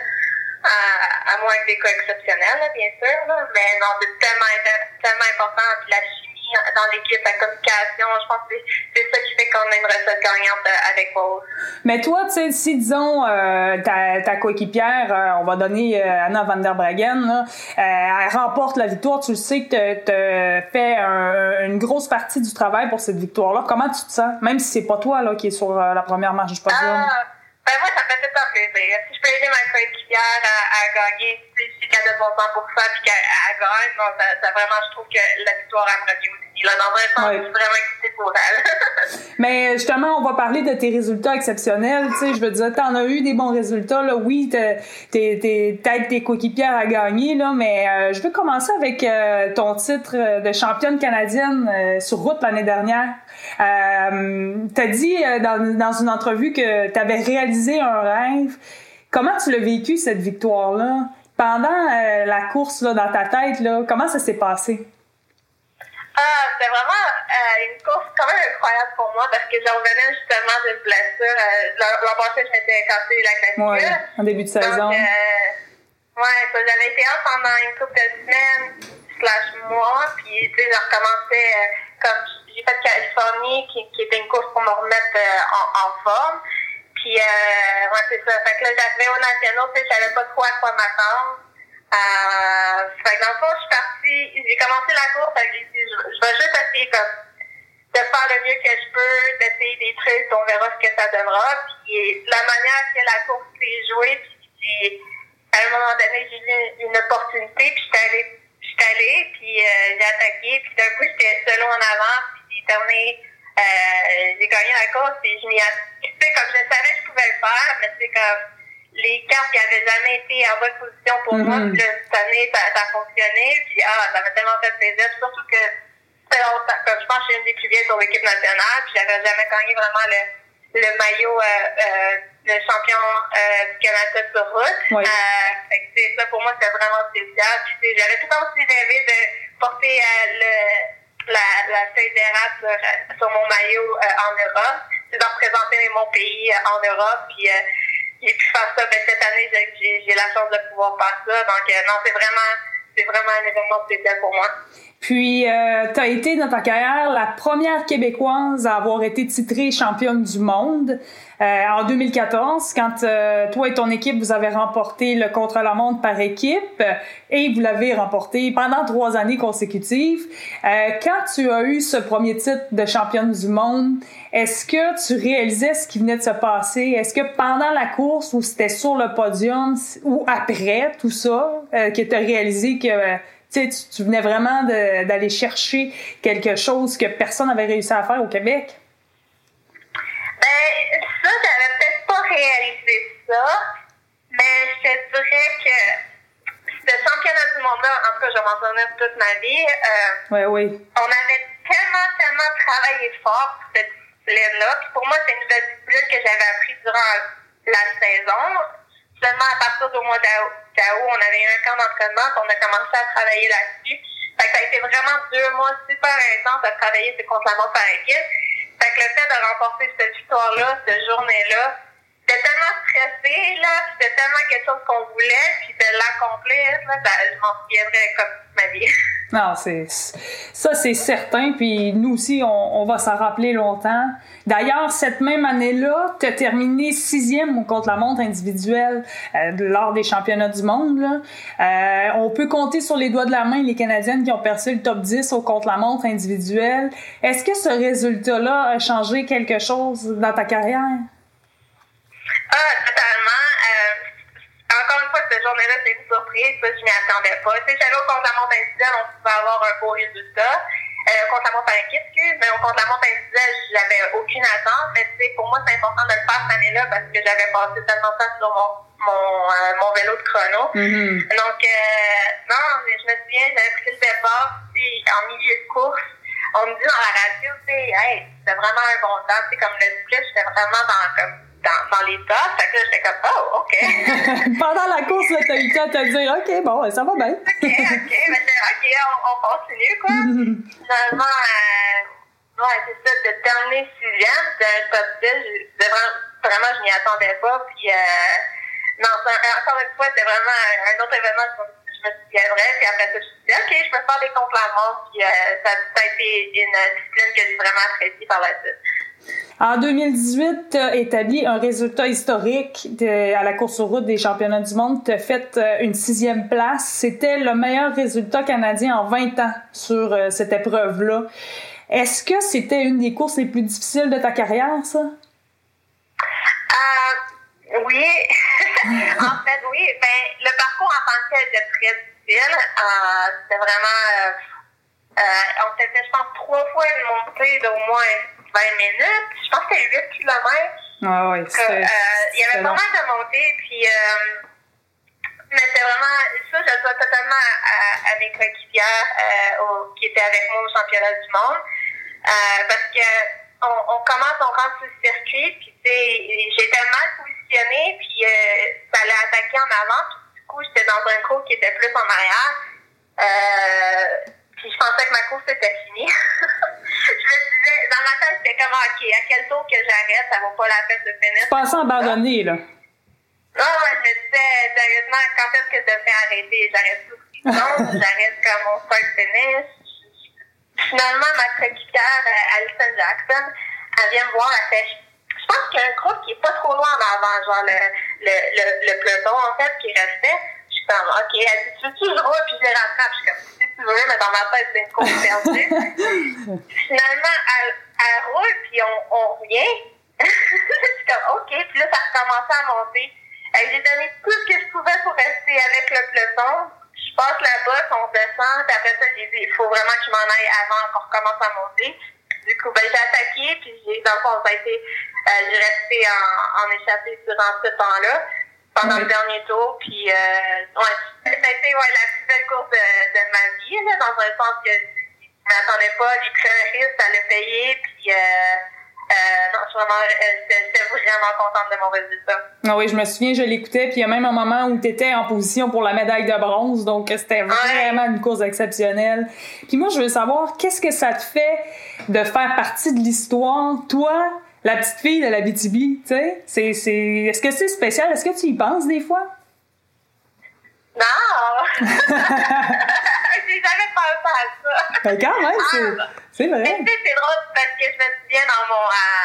D: à moins que des cas exceptionnels, là, bien sûr. Là, mais non, c'est tellement important. Puis la chimie dans l'équipe, la communication, je pense que c'est ça qui fait qu'on a une recette gagnante avec Rose.
C: Mais toi, tu sais, si, disons, ta coéquipière, on va donner Anna van der Breggen, là, elle remporte la victoire, tu sais que tu fais une grosse partie du travail pour cette victoire-là. Comment tu te sens? Même si c'est pas toi là, qui est sur la première marche du podium.
D: Ben moi, ça me fait tout le temps plaisir. Si je peux aider ma coéquipière à gagner, si qu'elle donne son 100% puis qu'elle gagne, non, ça vraiment, je trouve que la victoire, elle me revient aussi. Là, dans un sens, je suis vraiment excitée pour elle.
C: Mais justement, on va parler de tes résultats exceptionnels. Tu sais, je veux dire, t'en as eu des bons résultats. Là. Oui, t'aides tes coéquipières à gagner, là, mais je veux commencer avec ton titre de championne canadienne sur route l'année dernière. T'as dit dans une entrevue que t'avais réalisé un rêve. Comment tu l'as vécu, cette victoire-là? Pendant la course là, dans ta tête, là, comment ça s'est passé?
D: C'était vraiment une course quand même incroyable pour moi parce que je revenais justement d'une blessure. L'an passé, je m'étais cassé la clavicule.
C: Ouais, en début de saison.
D: Donc, j'avais été off pendant une couple de semaines / mois, puis tu sais, je recommençais comme j'ai fait Californie, qui était une course pour me remettre en forme. Puis, c'est ça. Fait que là, j'arrivais aux nationaux, tu sais, je savais pas trop à quoi m'attendre. Fait que dans le fond, je suis partie, j'ai commencé la course, j'ai dit, je vais juste essayer comme de faire le mieux que je peux, d'essayer des trucs, on verra ce que ça donnera. Puis la manière que la course s'est jouée, puis à un moment donné, j'ai eu une opportunité, puis j'étais allée, puis j'ai attaqué, puis d'un coup, j'étais solo en avant, puis j'ai terminé, j'ai gagné la course, puis je m'y tu sais, comme je savais que je pouvais le faire, mais c'est comme les cartes qui n'avaient jamais été en bonne position pour moi, puis là, cette année, ça a fonctionné, puis ça m'a tellement fait plaisir, surtout que comme je pense que je suis une des plus vieilles sur l'équipe nationale, puis j'avais jamais gagné vraiment le maillot de champion du Canada sur route.
C: Oui.
D: Fait que ça, pour moi, c'était vraiment spécial. Puis j'avais tout aussi rêvé de porter la feuille d'érable sur mon maillot en Europe, c'est de représenter mon pays en Europe, puis j'ai pu faire ça. Cette année, j'ai la chance de pouvoir faire ça. Donc, non, c'est vraiment un événement spécial pour moi.
C: Puis, tu as été dans ta carrière la première Québécoise à avoir été titrée championne du monde en 2014, quand toi et ton équipe, vous avez remporté le contre-la-montre par équipe et vous l'avez remporté pendant 3 années consécutives. Quand tu as eu ce premier titre de championne du monde, est-ce que tu réalisais ce qui venait de se passer? Est-ce que pendant la course ou c'était sur le podium ou après tout ça que tu as réalisé que tu venais vraiment d'aller chercher quelque chose que personne n'avait réussi à faire au Québec?
D: Ben, ça, j'avais peut-être pas réalisé ça, mais je te dirais que ce championnat du monde-là, en tout cas, je vais m'en souvenir toute ma vie.
C: Oui.
D: On avait tellement travaillé fort pour cette discipline-là. Puis pour moi, c'est une nouvelle discipline que j'avais appris durant la saison. Seulement à partir du mois d'août, on avait eu un camp d'entraînement, on a commencé à travailler là-dessus. Fait que ça a été vraiment 2 mois super intenses à travailler sur contre-la-montre par équipe. Fait que le fait de remporter cette victoire-là, cette journée-là, c'était tellement stressé, là, puis c'était tellement quelque chose qu'on voulait, puis de l'accomplir, là, je m'en souviendrai comme toute ma vie.
C: Non, c'est certain. Puis nous aussi, on va s'en rappeler longtemps. D'ailleurs, cette même année-là, tu as terminé 6e contre la montre individuelle lors des championnats du monde. Là. On peut compter sur les doigts de la main les Canadiennes qui ont percé le top 10 au contre la montre individuelle. Est-ce que ce résultat-là a changé quelque chose dans ta carrière?
D: Totalement. Encore une fois, cette journée-là, c'est une surprise. Ça, je m'y attendais pas. Tu sais, j'allais au contre la montre individuelle, on pouvait avoir un beau résultat. Contre la montre par équipe, mais au contre la montre individuelle, j'avais aucune attente. Mais tu sais, pour moi, c'est important de le faire cette année-là parce que j'avais passé tellement de temps sur mon vélo de chrono.
C: Mm-hmm.
D: Donc, non, je me souviens, j'avais pris le départ, en milieu de course. On me dit dans la radio, tu sais, hey, c'était vraiment un bon temps. Tu sais, comme le split, j'étais vraiment dans les tops. Fait que là, j'étais comme, oh, OK.
C: Pendant la course, tu as eu le temps de te dire, OK, bon, ça va bien.
D: OK, on continue, quoi. Finalement, ouais, c'est ça, de terminer 6e, c'était un top 10. Vraiment, je m'y attendais pas. Puis, non, encore une fois, c'était vraiment un autre événement que je me souviendrai. Puis après ça, je me suis dit, OK, je peux faire des contre-la-montre. Puis, ça a été une discipline que j'ai vraiment appréciée par la suite.
C: En 2018, tu as établi un résultat historique à la course sur route des championnats du monde. Tu as fait une 6e place. C'était le meilleur résultat canadien en 20 ans sur cette épreuve-là. Est-ce que c'était une des courses les plus difficiles de ta carrière, ça?
D: Oui. En fait, oui. Ben, le parcours en tant que tel était très difficile. C'était vraiment... on s'était, je pense, 3 fois une montée d'au moins 20 minutes. Je pense que c'était 8 km.
C: Ah oui,
D: il y avait pas mal de montées, puis... mais c'est vraiment... Ça, je le dois totalement à mes coéquipières qui étaient avec moi au championnat du monde. Parce que on rentre sur le circuit, puis j'étais mal positionnée, puis ça allait attaquer en avant, puis du coup, j'étais dans un cours qui était plus en arrière. Puis je pensais que ma course était finie. Je me disais, dans ma tête, c'était comme, OK, à quel tour que j'arrête, ça vaut pas la peine de finir.
C: Je pensais abandonner, là.
D: Non, je me disais, sérieusement, quand est-ce que je devrais arrêter? J'arrête tout. Non, j'arrête comme mon start-finish. Finalement, ma coéquipière, Alison Jackson, elle vient me voir, elle fait, je pense qu'il y a un groupe qui est pas trop loin en avant, genre le peloton, en fait, qui restait. Je suis comme, OK, elle dit, tu veux-tu que je roule, puis je les rattrape? Je suis comme, si tu veux, mais dans ma tête, c'est une course perdue. Finalement, elle roule, puis on revient. Je suis comme, OK, puis là, ça a recommencé à monter. J'ai donné tout ce que je pouvais pour rester avec le peloton. Je passe la bosse, on descend, puis après ça, j'ai dit, il faut vraiment que je m'en aille avant qu'on recommence à monter. Du coup, j'ai attaqué, puis dans le fond, ça a été, j'ai resté en échappée durant ce temps-là, pendant le dernier tour, puis ouais, ça a été la plus belle course de ma vie, là, dans un sens que je ne m'attendais pas, j'ai pris un risque à le payer, puis non, j'étais vraiment contente de mon résultat.
C: Ah oui, je me souviens, je l'écoutais, puis il y a même un moment où tu étais en position pour la médaille de bronze, donc c'était vraiment une course exceptionnelle. Puis moi, je veux savoir, qu'est-ce que ça te fait de faire partie de l'histoire, toi, la petite fille de l'Abitibi, tu sais? Est-ce que c'est spécial? Est-ce que tu y penses des fois?
D: Non! J'ai jamais pensé à ça.
C: Ben quand même, c'est vrai.
D: Mais tu sais, c'est drôle parce que je me souviens dans mon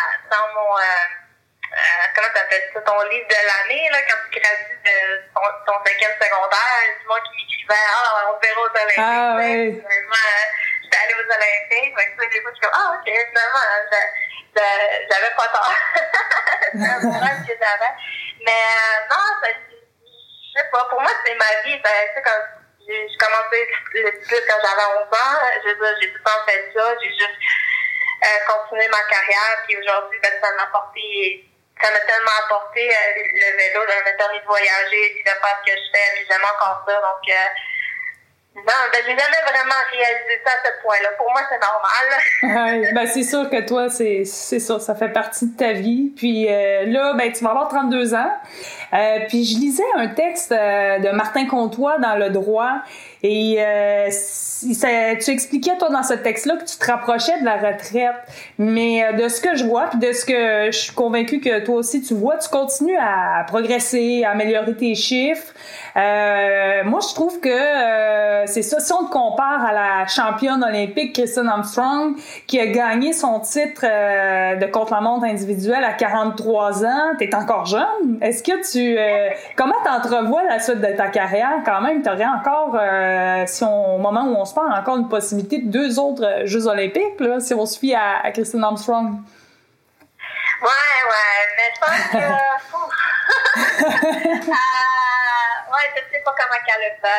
D: comment t'appelles ça, ton livre de l'année, là, quand tu gradues de ton 5e secondaire, il y a du monde qui m'écrivait, on se verra aux Olympiques.
C: Ah oui.
D: Finalement, j'étais allée aux Olympiques, donc des fois, je suis comme, OK, finalement, j'avais pas tort. C'est un bon rêve que j'avais. Mais non, je sais pas, pour moi, c'est ma vie. C'est comme, j'ai commencé le cyclisme quand j'avais 11 ans. Je veux dire, j'ai tout le temps fait ça. J'ai juste continué ma carrière. Puis aujourd'hui, ça m'a tellement apporté le vélo, ça m'a permis de voyager, puis de faire ce que je fais. Puis j'aime encore ça. Donc, non, j'ai jamais vraiment réalisé ça à ce point-là. Pour moi, c'est normal.
C: Ben, c'est sûr que toi, c'est ça, ça fait partie de ta vie. Puis là, ben, tu vas avoir 32 ans. Puis je lisais un texte de Martin Comtois dans Le Droit. Et tu expliquais, toi, dans ce texte-là, que tu te rapprochais de la retraite. Mais de ce que je vois, puis de ce que je suis convaincue que toi aussi tu vois, tu continues à progresser, à améliorer tes chiffres. Moi, je trouve que c'est ça. Si on te compare à la championne olympique Kristen Armstrong, qui a gagné son titre de contre-la-montre individuelle à 43 ans, t'es encore jeune. Est-ce que comment t'entrevois la suite de ta carrière? Quand même, t'aurais encore, au moment où on se parle, encore une possibilité de 2 autres Jeux olympiques, là, si on se fie à Kristen Armstrong.
D: Ouais, mais je pense que... ouais, je sais pas comment qu'elle le fait.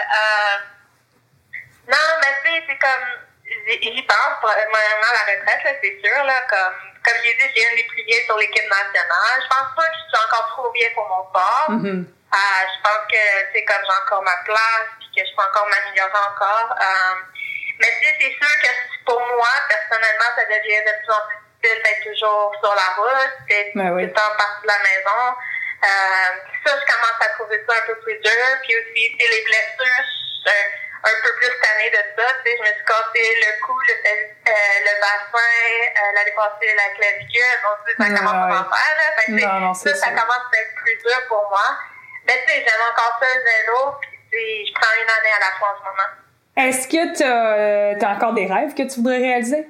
D: Non, mais tu sais, c'est comme... J'y pense vraiment à la retraite, là, c'est sûr, là, comme j'ai dit, j'ai un des plus vieilles sur l'équipe nationale. Je pense pas que je suis encore trop vieille pour mon sport.
C: Mm-hmm.
D: Je pense que, c'est comme j'ai encore ma place, puis que je peux encore m'améliorer encore. Mais tu sais, c'est sûr que pour moi, personnellement, ça devient de plus en plus difficile d'être toujours sur la route, d'être tout le temps partie de la maison. Ça, je commence à trouver ça un peu plus dur. Puis aussi, les blessures, je suis un peu plus tannée de ça. Je me suis cassé le cou, le bassin, l'année passée, la clavicule. Donc, ça commence à m'en faire. Là. Fait que, ça commence à être plus dur pour moi. Mais tu sais, j'aime encore ça le vélo. Puis je prends une année à la fois en ce moment.
C: Est-ce que tu as encore des rêves que tu voudrais réaliser?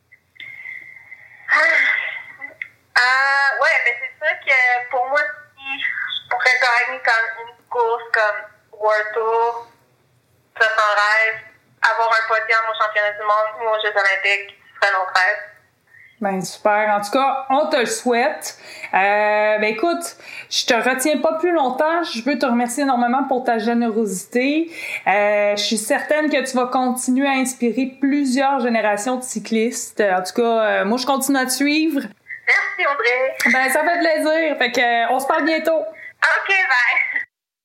D: Ouais, mais c'est sûr que pour moi, si je pourrais gagner comme une course comme World Tour, ça c'est un rêve. Avoir un podium au championnat du monde ou aux Jeux olympiques, c'est un autre rêve.
C: Ben super. En tout cas, on te le souhaite. Écoute, je te retiens pas plus longtemps. Je veux te remercier énormément pour ta générosité. Je suis certaine que tu vas continuer à inspirer plusieurs générations de cyclistes. En tout cas, moi, je continue à te suivre.
D: Merci, Audrey.
C: Ben, ça fait plaisir. Fait que, on se parle bientôt.
D: OK, bye.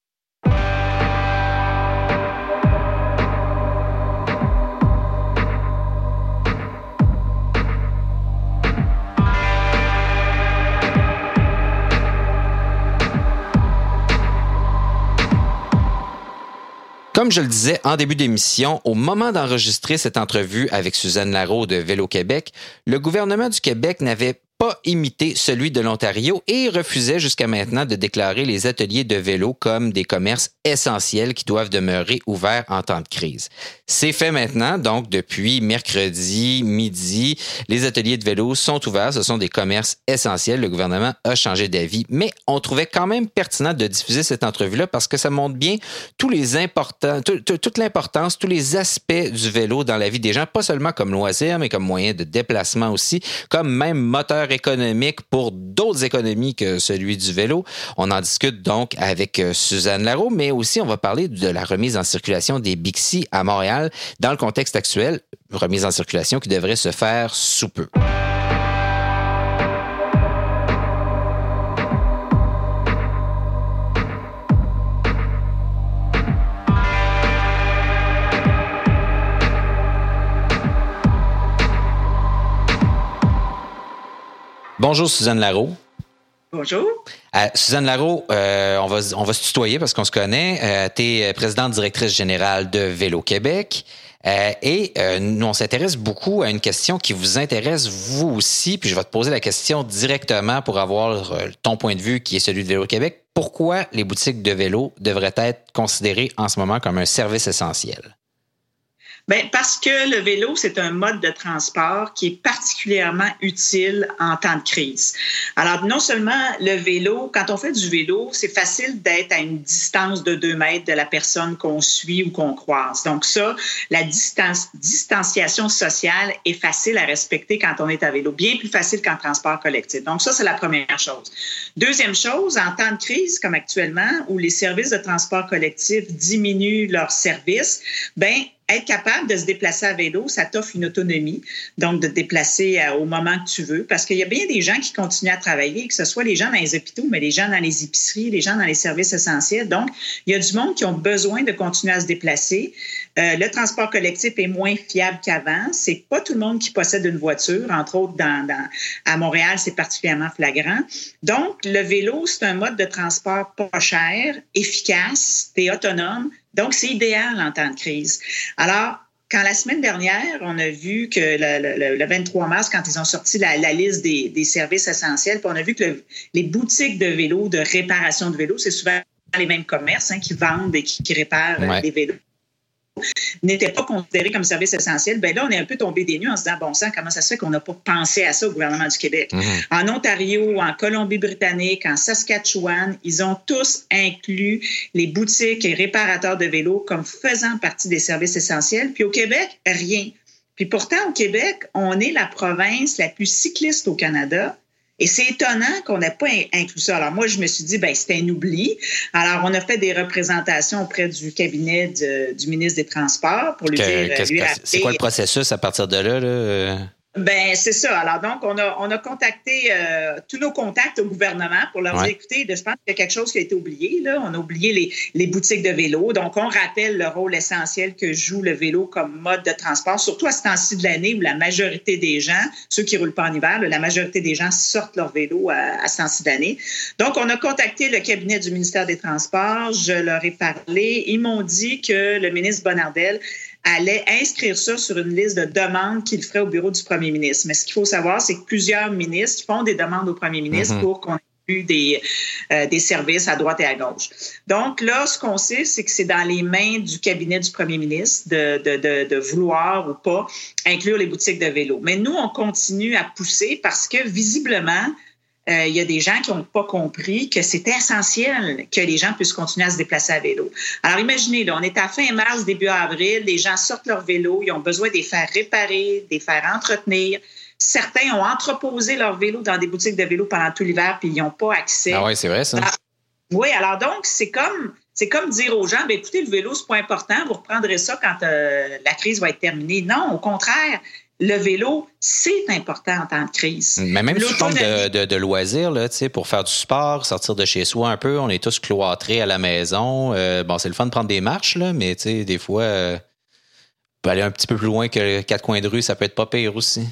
A: Comme je le disais en début d'émission, au moment d'enregistrer cette entrevue avec Suzanne Larreau de Vélo-Québec, le gouvernement du Québec n'avait pas imité celui de l'Ontario et refusait jusqu'à maintenant de déclarer les ateliers de vélo comme des commerces essentiels qui doivent demeurer ouverts en temps de crise. C'est fait maintenant, donc depuis mercredi midi, les ateliers de vélo sont ouverts, ce sont des commerces essentiels. Le gouvernement a changé d'avis, mais on trouvait quand même pertinent de diffuser cette entrevue-là parce que ça montre bien toute l'importance, tous les aspects du vélo dans la vie des gens, pas seulement comme loisir, mais comme moyen de déplacement aussi, comme même moteur économique pour d'autres économies que celui du vélo. On en discute donc avec Suzanne Larreau, mais aussi on va parler de la remise en circulation des Bixi à Montréal dans le contexte actuel, remise en circulation qui devrait se faire sous peu. Bonjour Suzanne Larreau.
E: Bonjour.
A: Suzanne Larreau, on va se tutoyer parce qu'on se connaît. Tu es présidente directrice générale de Vélo-Québec. Nous, on s'intéresse beaucoup à une question qui vous intéresse vous aussi. Puis je vais te poser la question directement pour avoir ton point de vue qui est celui de Vélo-Québec. Pourquoi les boutiques de vélo devraient être considérées en ce moment comme un service essentiel?
E: Bien, parce que le vélo, c'est un mode de transport qui est particulièrement utile en temps de crise. Alors, non seulement le vélo, quand on fait du vélo, c'est facile d'être à une distance de 2 mètres de la personne qu'on suit ou qu'on croise. Donc ça, la distanciation sociale est facile à respecter quand on est à vélo, bien plus facile qu'en transport collectif. Donc ça, c'est la première chose. Deuxième chose, en temps de crise comme actuellement, où les services de transport collectif diminuent leurs services, bien, être capable de se déplacer à vélo, ça t'offre une autonomie, donc de te déplacer au moment que tu veux, parce qu'il y a bien des gens qui continuent à travailler, que ce soit les gens dans les hôpitaux, mais les gens dans les épiceries, les gens dans les services essentiels. Donc, il y a du monde qui ont besoin de continuer à se déplacer. Le transport collectif est moins fiable qu'avant. C'est pas tout le monde qui possède une voiture, entre autres à Montréal, c'est particulièrement flagrant. Donc, le vélo, c'est un mode de transport pas cher, efficace, t'es autonome, Donc, c'est idéal en temps de crise. Alors, quand la semaine dernière, on a vu que le 23 mars, quand ils ont sorti la liste des services essentiels, puis on a vu que les boutiques de vélos, de réparation de vélos, c'est souvent les mêmes commerces qui vendent et qui réparent des vélos, n'étaient pas considérés comme services essentiels. Bien là, on est un peu tombé des nues en se disant, bon sang, comment ça se fait qu'on n'a pas pensé à ça au gouvernement du Québec? En Ontario, en Colombie-Britannique, en Saskatchewan, ils ont tous inclus les boutiques et réparateurs de vélos comme faisant partie des services essentiels. Puis au Québec, rien. Puis pourtant, au Québec, on est la province la plus cycliste au Canada. Et c'est étonnant qu'on n'ait pas inclus ça. Alors moi, je me suis dit, c'était un oubli. Alors, on a fait des représentations auprès du cabinet du ministre des Transports pour lui dire...
A: c'est quoi le processus à partir de là?
E: Ben c'est ça. Alors donc, on a contacté tous nos contacts au gouvernement pour leur dire, écoutez, je pense qu'il y a quelque chose qui a été oublié. Là. On a oublié les boutiques de vélo. Donc, on rappelle le rôle essentiel que joue le vélo comme mode de transport, surtout à ce temps-ci de l'année où la majorité des gens, ceux qui ne roulent pas en hiver, la majorité des gens sortent leur vélo à ce temps-ci de l'année. Donc, on a contacté le cabinet du ministère des Transports. Je leur ai parlé. Ils m'ont dit que le ministre Bonnardel allait inscrire ça sur une liste de demandes qu'il ferait au bureau du premier ministre. Mais ce qu'il faut savoir, c'est que plusieurs ministres font des demandes au premier ministre pour qu'on ait des services à droite et à gauche. Donc là, ce qu'on sait, c'est que c'est dans les mains du cabinet du premier ministre de vouloir ou pas inclure les boutiques de vélo. Mais nous, on continue à pousser parce que visiblement, il y a des gens qui n'ont pas compris que c'était essentiel que les gens puissent continuer à se déplacer à vélo. Alors, imaginez, là, on est à fin mars, début avril, les gens sortent leur vélo, ils ont besoin de les faire réparer, de les faire entretenir. Certains ont entreposé leur vélo dans des boutiques de vélo pendant tout l'hiver, puis ils n'ont pas accès.
A: Ah oui, c'est vrai, ça.
E: Oui, alors donc, c'est comme dire aux gens, écoutez, le vélo, c'est pas important, vous reprendrez ça quand la crise va être terminée. Non, au contraire. Le vélo, c'est important en temps de crise.
A: Mais même sous forme de loisirs, là, pour faire du sport, sortir de chez soi un peu, on est tous cloîtrés à la maison. C'est le fun de prendre des marches, là, mais des fois, on peut aller un petit peu plus loin que 4 coins de rue, ça peut être pas pire aussi.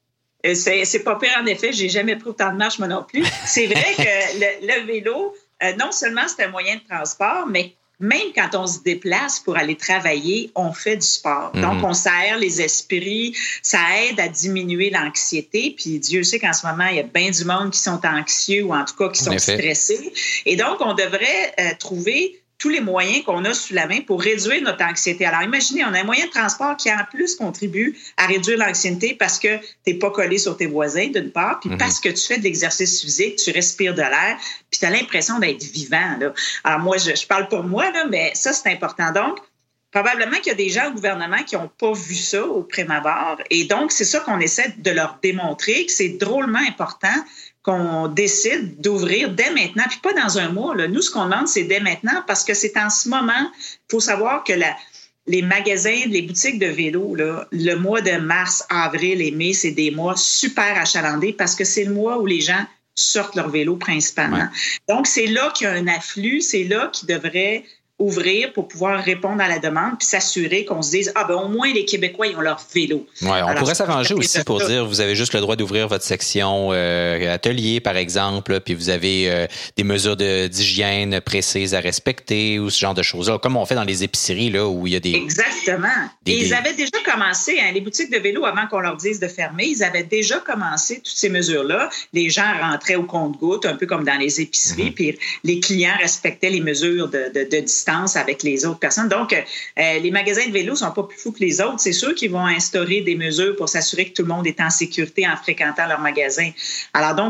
E: C'est pas pire, en effet. J'ai jamais pris autant de marches, moi non plus. C'est vrai que le vélo, non seulement c'est un moyen de transport, mais même quand on se déplace pour aller travailler, on fait du sport. Donc, on s'aère les esprits, ça aide à diminuer l'anxiété. Puis Dieu sait qu'en ce moment, il y a bien du monde qui sont anxieux ou en tout cas qui sont stressés. Et donc, on devrait trouver tous les moyens qu'on a sous la main pour réduire notre anxiété. Alors, imaginez, on a un moyen de transport qui, en plus, contribue à réduire l'anxiété parce que tu n'es pas collé sur tes voisins, d'une part, puis parce que tu fais de l'exercice physique, tu respires de l'air, puis tu as l'impression d'être vivant. Là. Alors, moi, je parle pour moi, là, mais ça, c'est important. Donc, probablement qu'il y a des gens au gouvernement qui n'ont pas vu ça au prime abord. Et donc, c'est ça qu'on essaie de leur démontrer, que c'est drôlement important qu'on décide d'ouvrir dès maintenant, puis pas dans un mois. Là. Nous, ce qu'on demande, c'est dès maintenant, parce que c'est en ce moment, il faut savoir que les magasins, les boutiques de vélo, là, le mois de mars, avril et mai, c'est des mois super achalandés parce que c'est le mois où les gens sortent leur vélo principalement. Ouais. Donc, c'est là qu'il y a un afflux, c'est là qu'ils devraient ouvrir pour pouvoir répondre à la demande puis s'assurer qu'on se dise au moins les Québécois ils ont leur vélo.
A: Ouais, on pourrait s'arranger aussi pour dire vous avez juste le droit d'ouvrir votre section atelier par exemple, puis vous avez des mesures d'hygiène précises à respecter ou ce genre de choses-là, comme on fait dans les épiceries là où il y a des
E: Exactement. Et ils avaient déjà commencé les boutiques de vélo avant qu'on leur dise de fermer, ils avaient déjà commencé toutes ces mesures-là. Les gens rentraient au compte-gouttes un peu comme dans les épiceries, puis les clients respectaient les mesures de distance avec les autres personnes. Donc, les magasins de vélo ne sont pas plus fous que les autres. C'est sûr qu'ils vont instaurer des mesures pour s'assurer que tout le monde est en sécurité en fréquentant leur magasin. Alors, donc,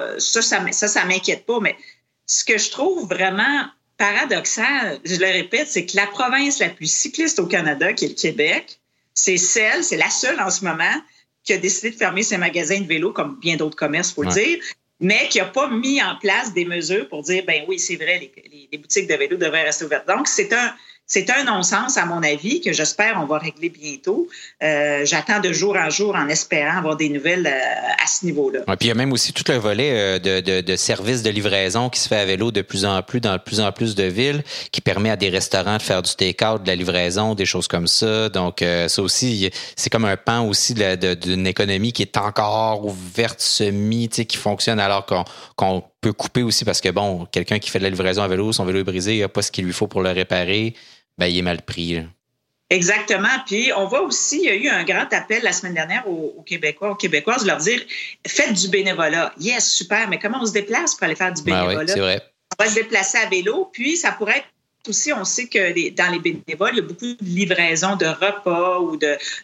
E: ça m'inquiète pas. Mais ce que je trouve vraiment paradoxal, je le répète, c'est que la province la plus cycliste au Canada, qui est le Québec, c'est la seule en ce moment qui a décidé de fermer ses magasins de vélo, comme bien d'autres commerces, il faut le dire, mais qui n'a pas mis en place des mesures pour dire, ben oui, c'est vrai, les boutiques de vélo devraient rester ouvertes. Donc, c'est un non-sens, à mon avis, que j'espère on va régler bientôt. J'attends de jour en jour en espérant avoir des nouvelles à ce niveau-là.
A: Ouais, puis il y a même aussi tout le volet de services de livraison qui se fait à vélo de plus en plus dans de plus en plus de villes, qui permet à des restaurants de faire du take-out, de la livraison, des choses comme ça. Donc, ça aussi, c'est comme un pan aussi d'une économie qui est encore ouverte, semi, qui fonctionne alors qu'on peut couper aussi parce que, bon, quelqu'un qui fait de la livraison à vélo, son vélo est brisé, il n'y a pas ce qu'il lui faut pour le réparer. Ben, il est mal pris, là.
E: Exactement. Puis, on voit aussi, il y a eu un grand appel la semaine dernière aux Québécois, aux Québécoises, de leur dire, faites du bénévolat. Yes, super, mais comment on se déplace pour aller faire du bénévolat?
A: Ben oui, c'est vrai.
E: On va se déplacer à vélo, puis ça pourrait être aussi, on sait que dans les bénévoles, il y a beaucoup de livraisons de repas ou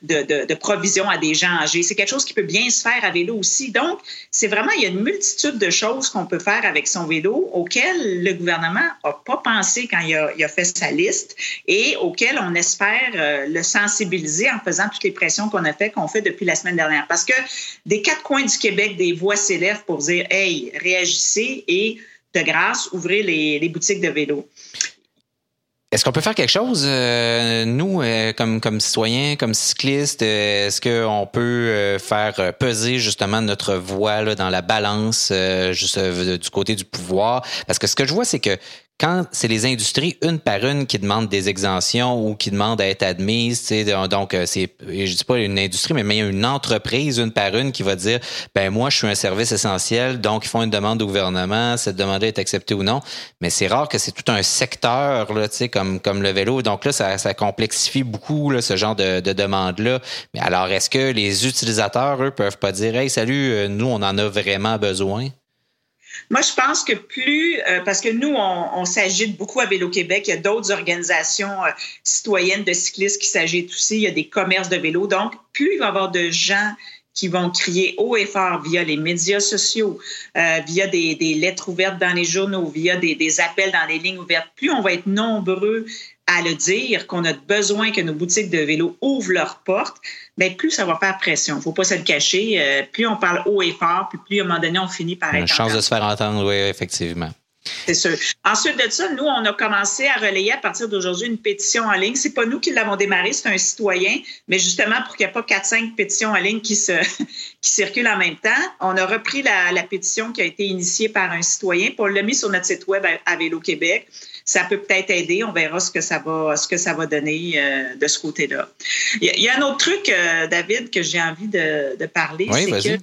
E: de provisions à des gens âgés. C'est quelque chose qui peut bien se faire à vélo aussi. Donc, c'est vraiment, il y a une multitude de choses qu'on peut faire avec son vélo auxquelles le gouvernement n'a pas pensé quand il a fait sa liste et auxquelles on espère le sensibiliser en faisant toutes les pressions qu'on fait depuis la semaine dernière. Parce que des quatre coins du Québec, des voix s'élèvent pour dire « Hey, réagissez et de grâce, ouvrez les boutiques de vélo ».
A: Est-ce qu'on peut faire quelque chose, nous, comme citoyens, comme cyclistes? Est-ce qu'on peut faire peser justement notre voix là, dans la balance juste du côté du pouvoir? Parce que ce que je vois, c'est que quand c'est les industries une par une qui demandent des exemptions ou qui demandent à être admises, tu sais, donc c'est, je dis pas une industrie, mais une entreprise une par une qui va dire, ben moi je suis un service essentiel, donc ils font une demande au gouvernement, cette demande-là est acceptée ou non. Mais c'est rare que c'est tout un secteur là, tu sais, comme le vélo. Donc là, ça complexifie beaucoup là, ce genre de demande-là. Mais alors, est-ce que les utilisateurs, eux, peuvent pas dire, hey, salut, nous on en a vraiment besoin?
E: Moi, je pense que parce que nous, on s'agite beaucoup à Vélo-Québec. Il y a d'autres organisations citoyennes de cyclistes qui s'agitent aussi. Il y a des commerces de vélo. Donc, plus il va y avoir de gens qui vont crier haut et fort via les médias sociaux, via des lettres ouvertes dans les journaux, via des appels dans les lignes ouvertes, plus on va être nombreux à le dire, qu'on a besoin que nos boutiques de vélo ouvrent leurs portes, bien, plus ça va faire pression. Il ne faut pas se le cacher. Plus on parle haut et fort, puis à un moment donné, on finit par être
A: une chance de se faire entendre, oui, effectivement.
E: C'est sûr. Ensuite de ça, nous, on a commencé à relayer à partir d'aujourd'hui une pétition en ligne. C'est pas nous qui l'avons démarré, c'est un citoyen, mais justement pour qu'il n'y ait pas 4-5 pétitions en ligne qui circulent en même temps, on a repris la pétition qui a été initiée par un citoyen, puis on l'a mis sur notre site web à Vélo-Québec. Ça peut peut-être aider. On verra ce que ça va donner de ce côté-là. Il y a un autre truc, David, que j'ai envie de parler.
A: Oui, vas-y.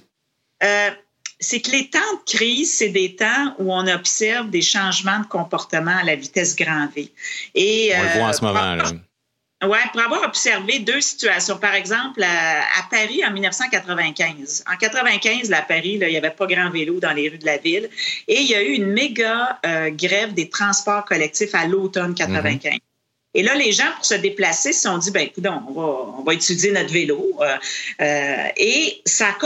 E: C'est que les temps de crise, c'est des temps où on observe des changements de comportement à la vitesse grand V. Et,
A: on le voit en ce moment, là.
E: Oui, pour avoir observé deux situations. Par exemple, à Paris, en 1995. En 1995, à Paris, là, il n'y avait pas grand vélo dans les rues de la ville. Et il y a eu une méga grève des transports collectifs à l'automne 1995. Et là, les gens, pour se déplacer, se sont dit, ben, écoute, on va utiliser notre vélo. Et ça a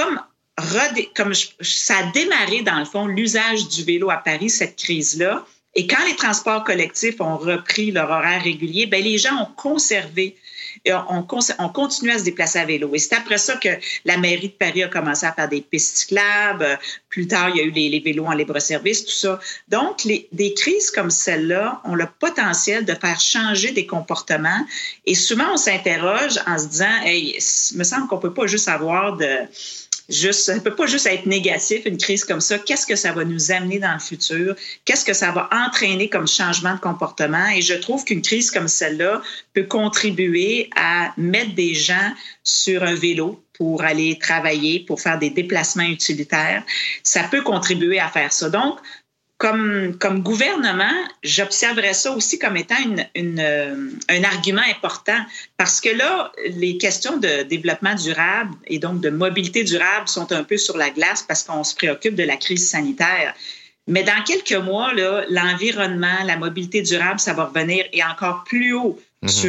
E: ça a démarré, dans le fond, l'usage du vélo à Paris, cette crise-là. Et quand les transports collectifs ont repris leur horaire régulier, ben les gens ont conservé, ont continué à se déplacer à vélo. Et c'est après ça que la mairie de Paris a commencé à faire des pistes cyclables. Plus tard, il y a eu les vélos en libre-service, tout ça. Donc, des crises comme celle-là ont le potentiel de faire changer des comportements. Et souvent, on s'interroge en se disant, hey, il me semble qu'on peut pas juste avoir ça ne peut pas juste être négatif, une crise comme ça. Qu'est-ce que ça va nous amener dans le futur? Qu'est-ce que ça va entraîner comme changement de comportement? Et je trouve qu'une crise comme celle-là peut contribuer à mettre des gens sur un vélo pour aller travailler, pour faire des déplacements utilitaires. Ça peut contribuer à faire ça. Donc, comme gouvernement, j'observerais ça aussi comme étant un argument important parce que là, les questions de développement durable et donc de mobilité durable sont un peu sur la glace parce qu'on se préoccupe de la crise sanitaire. Mais dans quelques mois, là, l'environnement, la mobilité durable, ça va revenir et encore plus haut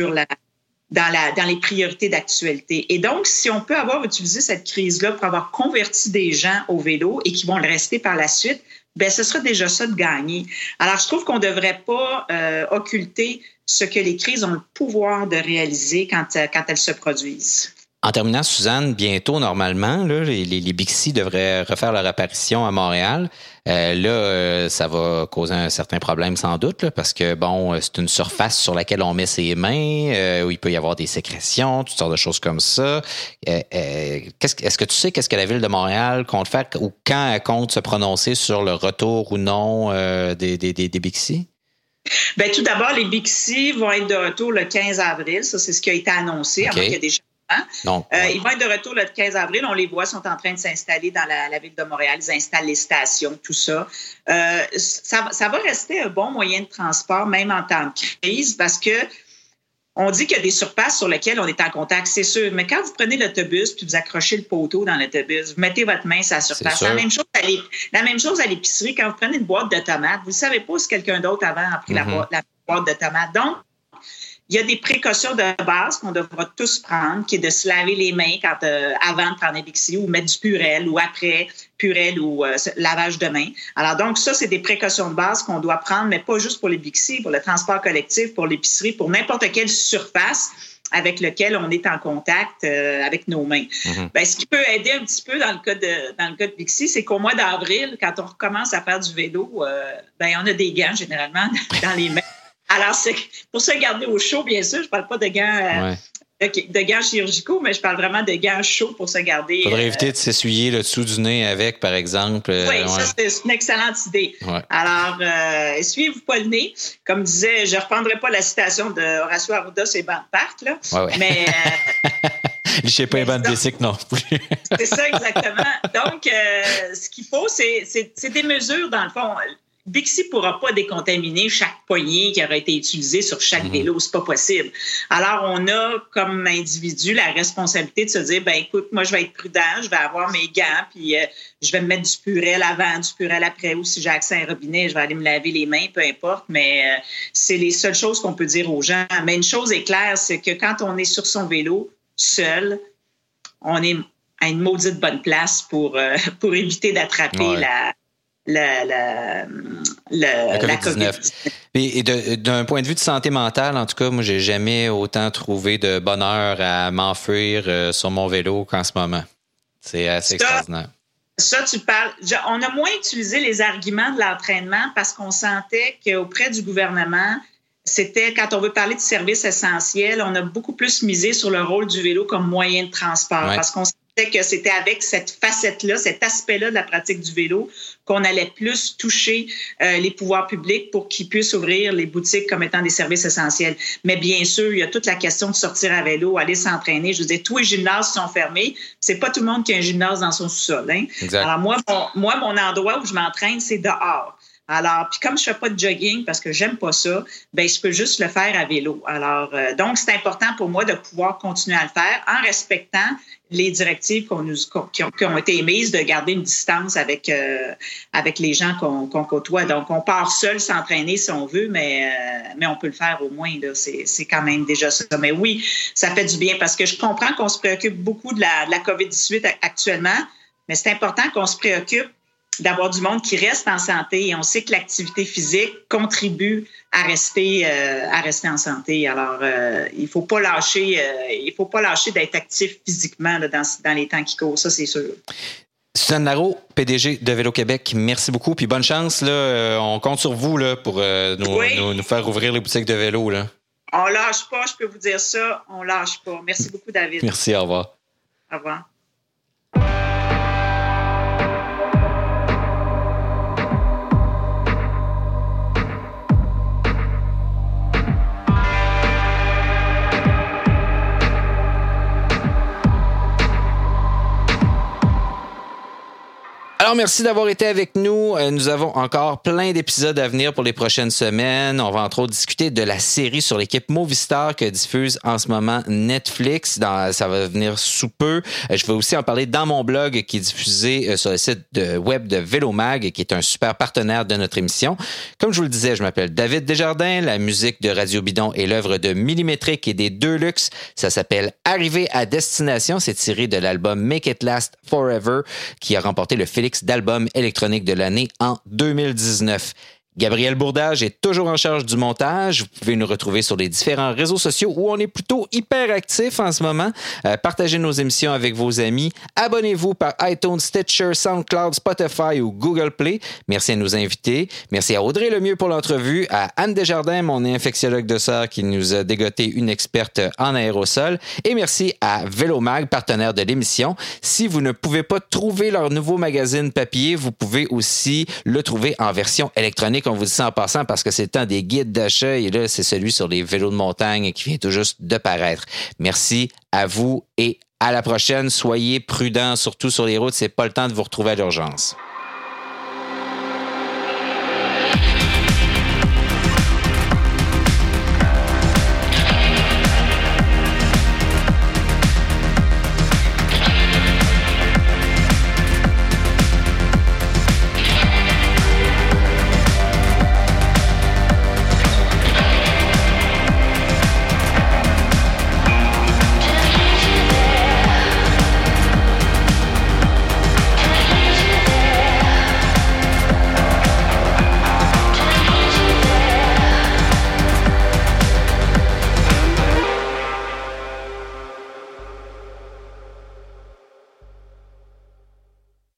E: dans les priorités d'actualité. Et donc, si on peut avoir utilisé cette crise-là pour avoir converti des gens au vélo et qui vont le rester par la suite, ben ce sera déjà ça de gagner. Alors, je trouve qu'on ne devrait pas occulter ce que les crises ont le pouvoir de réaliser quand elles se produisent.
A: En terminant, Suzanne, bientôt, normalement, là, les Bixi devraient refaire leur apparition à Montréal. Ça va causer un certain problème sans doute, là, parce que, bon, c'est une surface sur laquelle on met ses mains, où il peut y avoir des sécrétions, toutes sortes de choses comme ça. Est-ce que tu sais qu'est-ce que la Ville de Montréal compte faire ou quand elle compte se prononcer sur le retour ou non des Bixi?
E: Bien, tout d'abord, les Bixi vont être de retour le 15 avril. Ça, c'est ce qui a été annoncé, avant qu'il y ait des changements. Ils vont être de retour le 15 avril. On les voit, sont en train de s'installer dans la Ville de Montréal. Ils installent les stations, tout ça. Ça va rester un bon moyen de transport, même en temps de crise, parce que On dit qu'il y a des surfaces sur lesquelles on est en contact, c'est sûr. Mais quand vous prenez l'autobus puis vous accrochez le poteau dans l'autobus, vous mettez votre main sur la surface. La même chose à l'épicerie. Quand vous prenez une boîte de tomates, vous ne savez pas si quelqu'un d'autre avant a pris la boîte de tomates. Donc, il y a des précautions de base qu'on devra tous prendre, qui est de se laver les mains avant de prendre un Bixi ou mettre du Purell ou après Purell ou lavage de mains. Alors donc, ça, c'est des précautions de base qu'on doit prendre, mais pas juste pour les Bixi, pour le transport collectif, pour l'épicerie, pour n'importe quelle surface avec lequel on est en contact avec nos mains. Ben, ce qui peut aider un petit peu dans le cas de Bixi, c'est qu'au mois d'avril, quand on recommence à faire du vélo, ben on a des gants généralement dans les mains. Alors, c'est pour se garder au chaud, bien sûr. Je parle pas de gants, de gants chirurgicaux, mais je parle vraiment de gants chauds pour se garder.
A: Il faudrait éviter de s'essuyer le dessous du nez avec, par exemple.
E: Oui, ça, c'est une excellente idée. Ouais. Alors, essuyez-vous pas le nez. Comme disait, je ne reprendrai pas la citation de Horacio Arruda, c'est bancs de parc, là.
A: Ouais.
E: Mais.
A: Lichez pas les bandes de bicycle non plus.
E: C'est ça, exactement. Donc, ce qu'il faut, c'est des mesures, dans le fond. Bixi ne pourra pas décontaminer chaque poignée qui aura été utilisée sur chaque vélo. C'est pas possible. Alors, on a, comme individu, la responsabilité de se dire, ben écoute, moi, je vais être prudent, je vais avoir mes gants, puis je vais me mettre du Purell avant, du Purell après, ou si j'ai accès à un robinet, je vais aller me laver les mains, peu importe. Mais c'est les seules choses qu'on peut dire aux gens. Mais une chose est claire, c'est que quand on est sur son vélo, seul, on est à une maudite bonne place pour éviter d'attraper la
A: COVID-19. Et d'un point de vue de santé mentale, en tout cas, moi, j'ai jamais autant trouvé de bonheur à m'enfuir sur mon vélo qu'en ce moment. C'est assez extraordinaire.
E: Ça, tu parles. On a moins utilisé les arguments de l'entraînement parce qu'on sentait qu'auprès du gouvernement, c'était, quand on veut parler de services essentiels, on a beaucoup plus misé sur le rôle du vélo comme moyen de transport parce qu'on que c'était avec cette facette-là, cet aspect-là de la pratique du vélo qu'on allait plus toucher les pouvoirs publics pour qu'ils puissent ouvrir les boutiques comme étant des services essentiels. Mais bien sûr, il y a toute la question de sortir à vélo, aller s'entraîner. Je veux dire, tous les gymnases sont fermés. C'est pas tout le monde qui a un gymnase dans son sous-sol. Hein? Alors moi, mon endroit où je m'entraîne, c'est dehors. Alors, puis comme je fais pas de jogging parce que j'aime pas ça, ben je peux juste le faire à vélo. Alors, donc c'est important pour moi de pouvoir continuer à le faire en respectant les directives qui ont été émises de garder une distance avec les gens qu'on côtoie. Donc, on part seul s'entraîner si on veut, mais on peut le faire au moins. Là, c'est quand même déjà ça. Mais oui, ça fait du bien parce que je comprends qu'on se préoccupe beaucoup de la COVID-18 actuellement, mais c'est important qu'on se préoccupe d'avoir du monde qui reste en santé et on sait que l'activité physique contribue à rester en santé. Alors, il faut pas lâcher d'être actif physiquement là, dans les temps qui courent, ça c'est sûr.
A: Suzanne Larault, PDG de Vélo-Québec, merci beaucoup. Puis bonne chance, là, on compte sur vous là, pour nous faire ouvrir les boutiques de vélo. Là.
E: On lâche pas, je peux vous dire ça, on lâche pas. Merci beaucoup, David.
A: Merci, au revoir.
E: Au revoir.
A: Alors, merci d'avoir été avec nous. Nous avons encore plein d'épisodes à venir pour les prochaines semaines. On va entre autres discuter de la série sur l'équipe Movistar que diffuse en ce moment Netflix. Ça va venir sous peu. Je vais aussi en parler dans mon blog qui est diffusé sur le site web de Vélomag, qui est un super partenaire de notre émission. Comme je vous le disais, je m'appelle David Desjardins. La musique de Radio Bidon est l'œuvre de Millimétrique et des Deux Luxe. Ça s'appelle Arriver à destination. C'est tiré de l'album Make It Last Forever qui a remporté le Félix d'album électronique de l'année en 2019. Gabriel Bourdage est toujours en charge du montage. Vous pouvez nous retrouver sur les différents réseaux sociaux où on est plutôt hyper actifs en ce moment. Partagez nos émissions avec vos amis. Abonnez-vous par iTunes, Stitcher, SoundCloud, Spotify ou Google Play. Merci à nos invités. Merci à Audrey Lemieux pour l'entrevue, à Anne Desjardins, mon infectiologue de sœur qui nous a dégoté une experte en aérosol. Et merci à Vélomag, partenaire de l'émission. Si vous ne pouvez pas trouver leur nouveau magazine papier, vous pouvez aussi le trouver en version électronique. On vous dit ça en passant parce que c'est le temps des guides d'achat et là, c'est celui sur les vélos de montagne qui vient tout juste de paraître. Merci à vous et à la prochaine. Soyez prudents, surtout sur les routes. C'est pas le temps de vous retrouver à l'urgence.